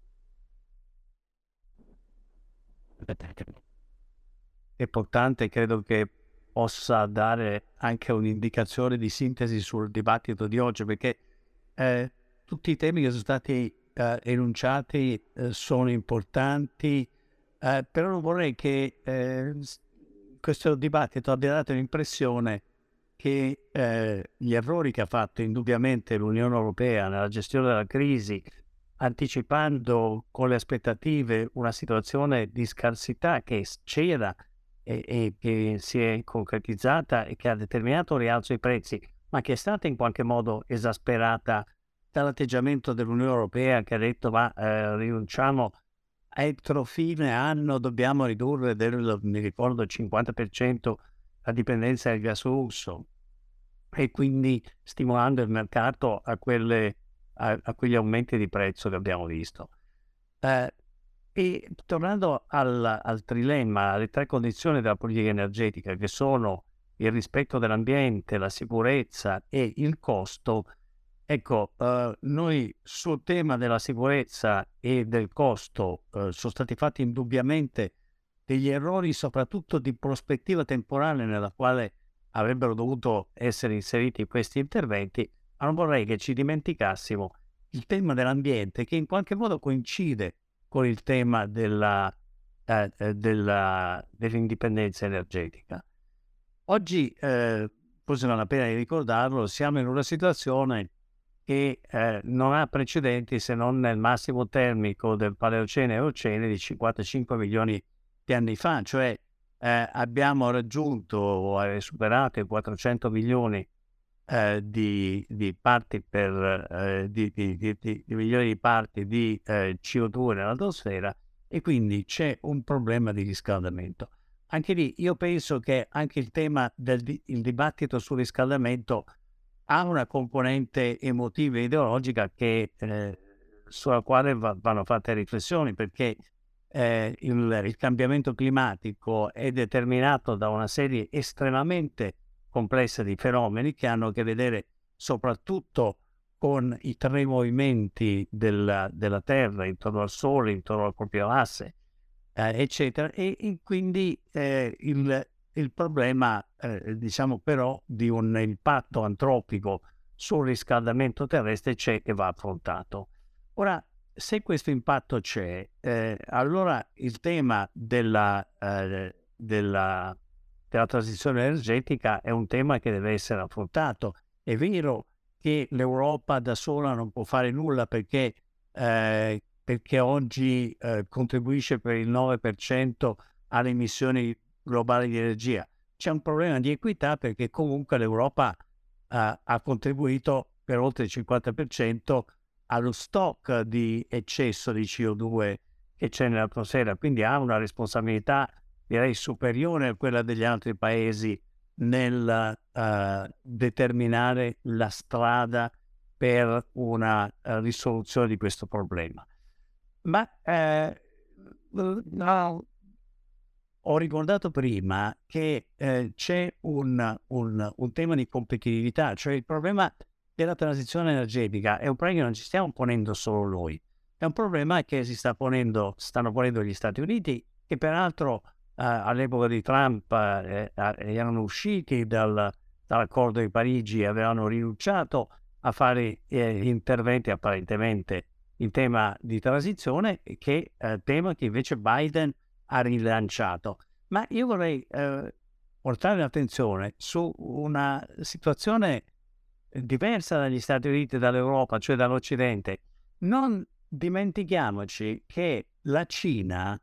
È importante, credo che possa dare anche un'indicazione di sintesi sul dibattito di oggi, perché eh, tutti i temi che sono stati eh, enunciati eh, sono importanti, eh, però non vorrei che eh, questo dibattito abbia dato l'impressione che eh, gli errori che ha fatto indubbiamente l'Unione Europea nella gestione della crisi, anticipando con le aspettative una situazione di scarsità che c'era e, e che si è concretizzata e che ha determinato un rialzo dei prezzi, ma che è stata in qualche modo esasperata dall'atteggiamento dell'Unione Europea, che ha detto ma eh, rinunciamo entro fine anno, dobbiamo ridurre del, mi ricordo, il cinquanta per cento la dipendenza del gas russo, e quindi stimolando il mercato a, quelle, a, a quegli aumenti di prezzo che abbiamo visto. Eh, e tornando al, al trilemma, alle tre condizioni della politica energetica, che sono il rispetto dell'ambiente, la sicurezza e il costo, ecco, eh, noi sul tema della sicurezza e del costo eh, sono stati fatti indubbiamente degli errori, soprattutto di prospettiva temporale nella quale avrebbero dovuto essere inseriti questi interventi, ma non vorrei che ci dimenticassimo il tema dell'ambiente, che in qualche modo coincide con il tema della, eh, della, dell'indipendenza energetica. Oggi, eh, forse vale la pena di ricordarlo, siamo in una situazione che eh, non ha precedenti se non nel massimo termico del Paleocene e Eocene di cinquantacinque milioni di anni fa, cioè eh, abbiamo raggiunto o eh, superato i quattrocento milioni eh, di, di parti per eh, di, di, di, di, di milioni di parti di eh, C O due nell'atmosfera, e quindi c'è un problema di riscaldamento. Anche lì io penso che anche il tema del il dibattito sul riscaldamento ha una componente emotiva e ideologica che, eh, sulla quale va, vanno fatte riflessioni, perché eh, il, il cambiamento climatico è determinato da una serie estremamente complessa di fenomeni che hanno a che vedere soprattutto con i tre movimenti della, della Terra intorno al Sole, intorno al proprio asse, eh, eccetera, e, e quindi eh, il, il problema, eh, diciamo però, di un impatto antropico sul riscaldamento terrestre c'è e va affrontato. Ora, se questo impatto c'è, eh, allora il tema della, eh, della, della transizione energetica è un tema che deve essere affrontato. È vero che l'Europa da sola non può fare nulla perché, eh, perché oggi eh, contribuisce per il nove per cento alle emissioni globali di energia. C'è un problema di equità perché comunque l'Europa eh, ha contribuito per oltre il cinquanta per cento allo stock di eccesso di C O due che c'è nell'atmosfera, quindi ha una responsabilità direi superiore a quella degli altri paesi nel uh, determinare la strada per una uh, risoluzione di questo problema. Ma eh, no, ho ricordato prima che eh, c'è un, un, un tema di competitività, cioè il problema della transizione energetica è un problema che non ci stiamo ponendo solo noi, è un problema che si sta ponendo, stanno ponendo gli Stati Uniti, che peraltro eh, all'epoca di Trump eh, erano usciti dal, dall'accordo di Parigi e avevano rinunciato a fare eh, interventi apparentemente in tema di transizione, che eh, tema che invece Biden ha rilanciato. Ma io vorrei eh, portare l'attenzione su una situazione diversa dagli Stati Uniti e dall'Europa, cioè dall'Occidente. Non dimentichiamoci che la Cina,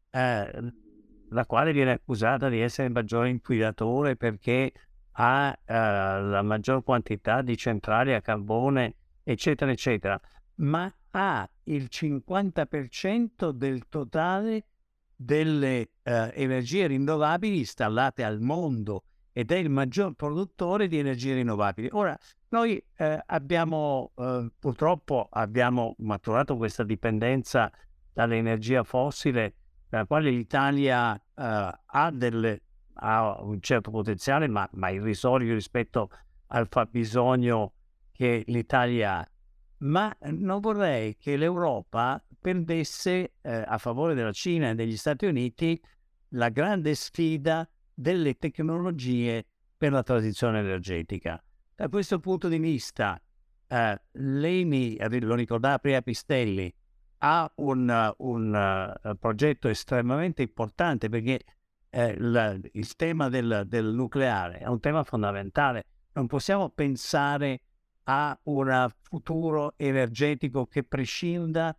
eh, la quale viene accusata di essere il maggiore inquinatore perché ha eh, la maggior quantità di centrali a carbone, eccetera, eccetera, ma ha il cinquanta per cento del totale delle eh, energie rinnovabili installate al mondo ed è il maggior produttore di energie rinnovabili. Ora, noi eh, abbiamo, eh, purtroppo abbiamo maturato questa dipendenza dall'energia fossile, per la quale l'Italia eh, ha, delle, ha un certo potenziale, ma, ma irrisorio rispetto al fabbisogno che l'Italia ha. Ma non vorrei che l'Europa perdesse eh, a favore della Cina e degli Stati Uniti la grande sfida delle tecnologie per la transizione energetica. Da questo punto di vista, eh, l'E N I, lo ricordava prima Pistelli, ha un, un uh, progetto estremamente importante perché eh, la, il tema del, del nucleare è un tema fondamentale. Non possiamo pensare a un futuro energetico che prescinda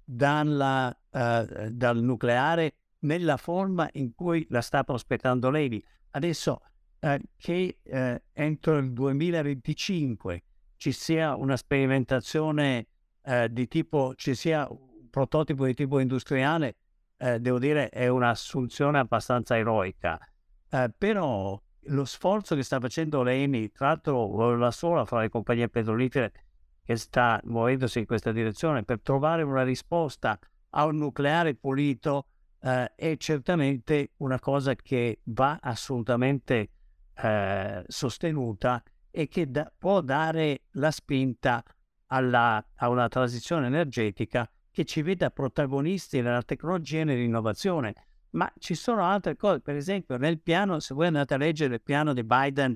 dalla, uh, dal nucleare nella forma in cui la sta prospettando l'E N I. Adesso eh, che eh, entro il duemilaventicinque ci sia una sperimentazione eh, di tipo, ci sia un prototipo di tipo industriale, eh, devo dire è un'assunzione abbastanza eroica. Eh, però lo sforzo che sta facendo l'E N I, tra l'altro la sola fra le compagnie petrolifere che sta muovendosi in questa direzione per trovare una risposta a un nucleare pulito, Uh, è certamente una cosa che va assolutamente uh, sostenuta e che da, può dare la spinta alla, a una transizione energetica che ci veda protagonisti nella tecnologia e nell'innovazione. Ma ci sono altre cose, per esempio nel piano, se voi andate a leggere il piano di Biden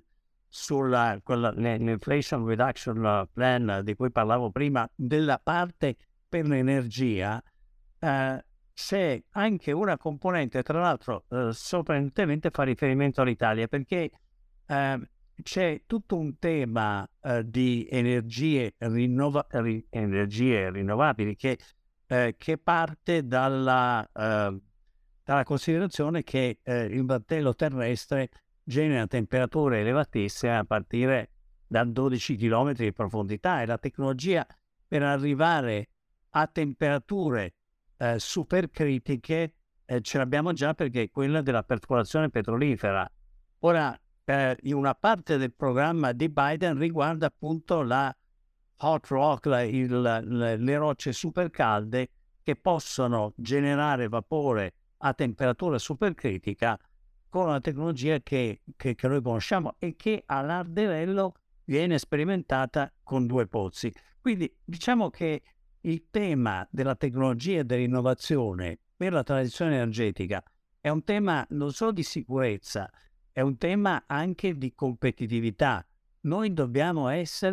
sull'Inflation Reduction Plan di cui parlavo prima, della parte per l'energia, uh, c'è anche una componente, tra l'altro eh, sorprendentemente fa riferimento all'Italia, perché eh, c'è tutto un tema eh, di energie, rinnova- ri- energie rinnovabili che, eh, che parte dalla, eh, dalla considerazione che eh, il mantello terrestre genera temperature elevatissime a partire da dodici chilometri di profondità e la tecnologia per arrivare a temperature Eh, supercritiche eh, ce l'abbiamo già, perché è quella della perforazione petrolifera. Ora, eh, una parte del programma di Biden riguarda appunto la hot rock, la, il, le, le rocce supercalde che possono generare vapore a temperatura supercritica con una tecnologia che, che, che noi conosciamo e che a Larderello viene sperimentata con due pozzi. Quindi diciamo che il tema della tecnologia e dell'innovazione per la transizione energetica è un tema non solo di sicurezza, è un tema anche di competitività. Noi dobbiamo essere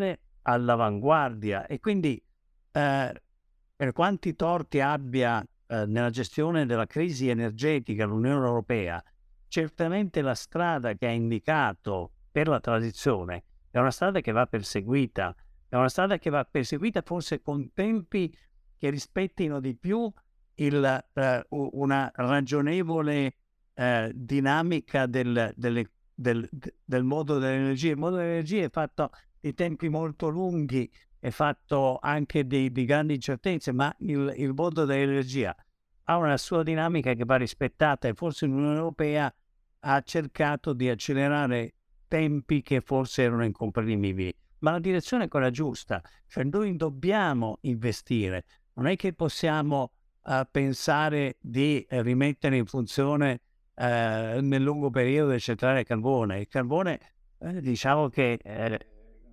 all'avanguardia. E quindi eh, per quanti torti abbia eh, nella gestione della crisi energetica l'Unione Europea, certamente la strada che ha indicato per la transizione è una strada che va perseguita, è una strada che va perseguita forse con tempi che rispettino di più il, eh, una ragionevole eh, dinamica del, delle, del, del mondo dell'energia. Il mondo dell'energia è fatto di tempi molto lunghi, è fatto anche di, di grandi incertezze, ma il, il mondo dell'energia ha una sua dinamica che va rispettata e forse l'Unione Europea ha cercato di accelerare tempi che forse erano incomprimibili. Ma la direzione è quella giusta, cioè noi dobbiamo investire, non è che possiamo uh, pensare di uh, rimettere in funzione uh, nel lungo periodo le centrali a carbone. Il carbone, eh, diciamo che eh,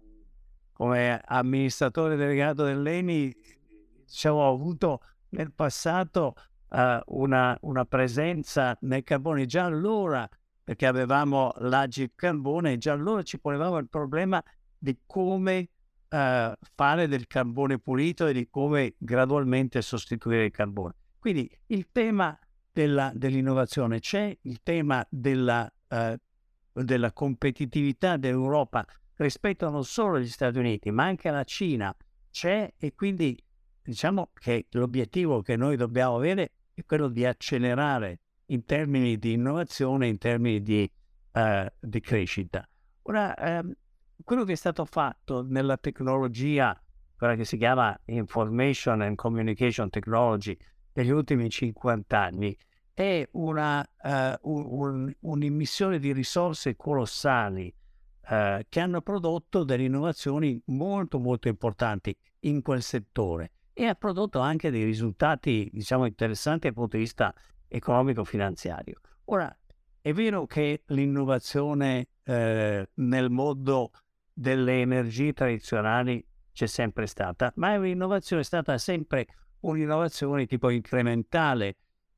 come amministratore delegato dell'Eni, diciamo, ho avuto nel passato uh, una, una presenza nel carbone già allora, perché avevamo l'Agip Carbone, e già allora ci ponevamo il problema di come uh, fare del carbone pulito e di come gradualmente sostituire il carbone. Quindi il tema della, dell'innovazione c'è, il tema della, uh, della competitività dell'Europa rispetto non solo agli Stati Uniti, ma anche alla Cina c'è, e quindi diciamo che l'obiettivo che noi dobbiamo avere è quello di accelerare in termini di innovazione, in termini di, uh, di crescita. Ora, um, quello che è stato fatto nella tecnologia, quella che si chiama Information and Communication Technology, negli ultimi cinquanta anni, è una, uh, un, un'immissione di risorse colossali uh, che hanno prodotto delle innovazioni molto molto importanti in quel settore, e ha prodotto anche dei risultati, diciamo, interessanti dal punto di vista economico-finanziario. Ora, è vero che l'innovazione eh, nel mondo delle energie tradizionali c'è sempre stata, ma è un'innovazione, è stata sempre un'innovazione tipo incrementale.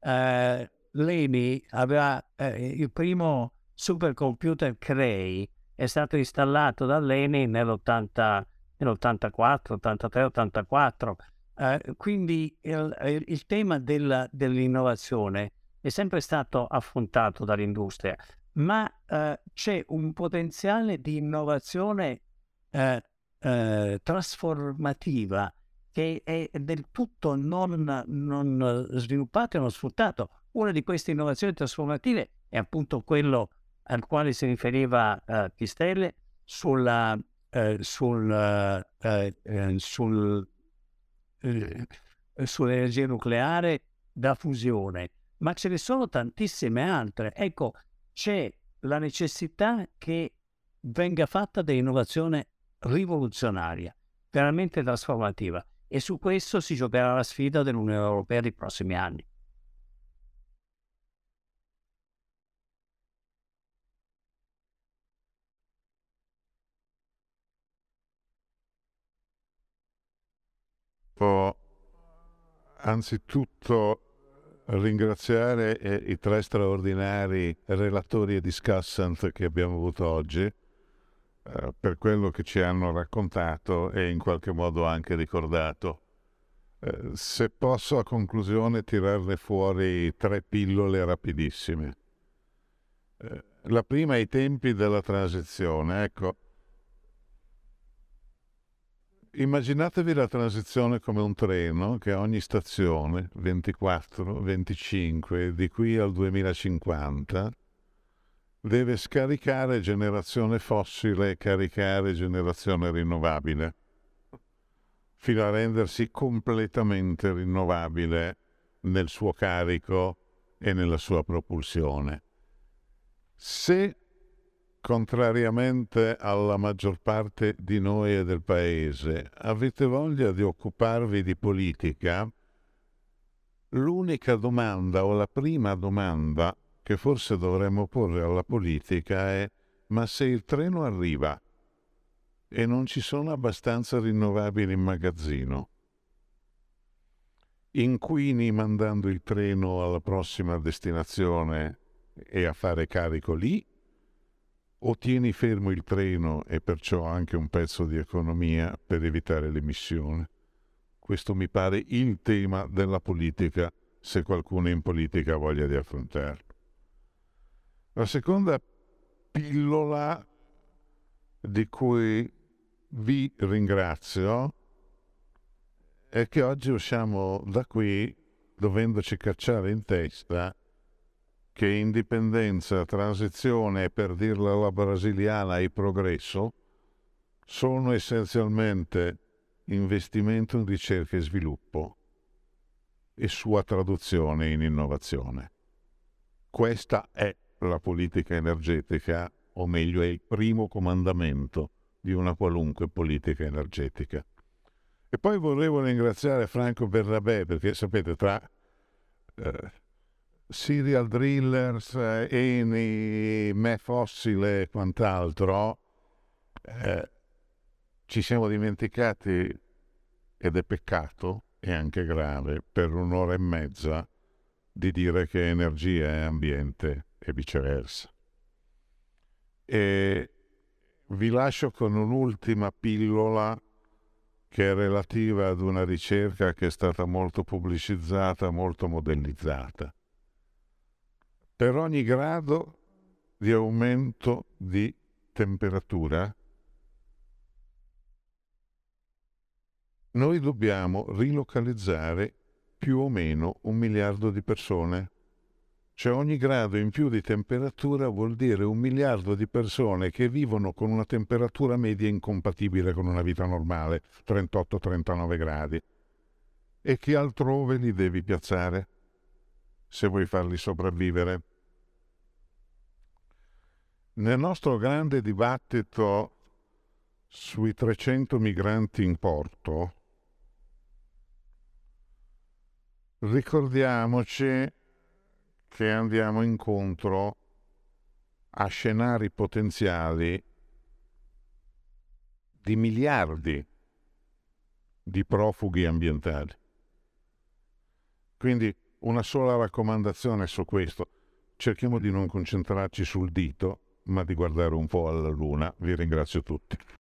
Eh, L'Eni aveva eh, il primo supercomputer Cray, è stato installato dall'Eni nell'ottanta, nell'ottantaquattro, ottantatré, ottantaquattro. Uh, quindi il, il tema della, dell'innovazione è sempre stato affrontato dall'industria, ma uh, c'è un potenziale di innovazione uh, uh, trasformativa che è del tutto non, non sviluppato e non sfruttato. Una di queste innovazioni trasformative è appunto quello al quale si riferiva uh, Pistelli sulla, uh, sul, uh, sul Eh, sull'energia nucleare da fusione, ma ce ne sono tantissime altre. Ecco, c'è la necessità che venga fatta dell'innovazione rivoluzionaria, veramente trasformativa, e su questo si giocherà la sfida dell'Unione Europea dei prossimi anni. Anzitutto ringraziare eh, i tre straordinari relatori e discussant che abbiamo avuto oggi eh, per quello che ci hanno raccontato e in qualche modo anche ricordato. Eh, se posso a conclusione tirarne fuori tre pillole rapidissime. Eh, la prima, i tempi della transizione. Ecco, immaginatevi la transizione come un treno che a ogni stazione, ventiquattro, venticinque, di qui al duemilacinquanta, deve scaricare generazione fossile e caricare generazione rinnovabile, fino a rendersi completamente rinnovabile nel suo carico e nella sua propulsione. Se contrariamente alla maggior parte di noi e del Paese, avete voglia di occuparvi di politica, l'unica domanda o la prima domanda che forse dovremmo porre alla politica è: ma se il treno arriva e non ci sono abbastanza rinnovabili in magazzino, inquini mandando il treno alla prossima destinazione e a fare carico lì, o tieni fermo il treno e perciò anche un pezzo di economia per evitare l'emissione. Questo mi pare il tema della politica, se qualcuno in politica ha voglia di affrontarlo. La seconda pillola di cui vi ringrazio è che oggi usciamo da qui dovendoci cacciare in testa che indipendenza, transizione e, per dirla alla brasiliana, e progresso sono essenzialmente investimento in ricerca e sviluppo e sua traduzione in innovazione. Questa è la politica energetica, o meglio è il primo comandamento di una qualunque politica energetica. E poi volevo ringraziare Franco Bernabé, perché sapete, tra eh, serial drillers, eh, Eni, me fossile e quant'altro, eh, ci siamo dimenticati, ed è peccato e anche grave, per un'ora e mezza di dire che energia è ambiente e viceversa. E vi lascio con un'ultima pillola che è relativa ad una ricerca che è stata molto pubblicizzata, molto modellizzata. Per ogni grado di aumento di temperatura, noi dobbiamo rilocalizzare più o meno un miliardo di persone. Cioè ogni grado in più di temperatura vuol dire un miliardo di persone che vivono con una temperatura media incompatibile con una vita normale, trentotto trentanove gradi, e che altrove li devi piazzare se vuoi farli sopravvivere. Nel nostro grande dibattito sui trecento migranti in porto, ricordiamoci che andiamo incontro a scenari potenziali di miliardi di profughi ambientali. Quindi una sola raccomandazione su questo: cerchiamo di non concentrarci sul dito, ma di guardare un po' alla luna. Vi ringrazio tutti.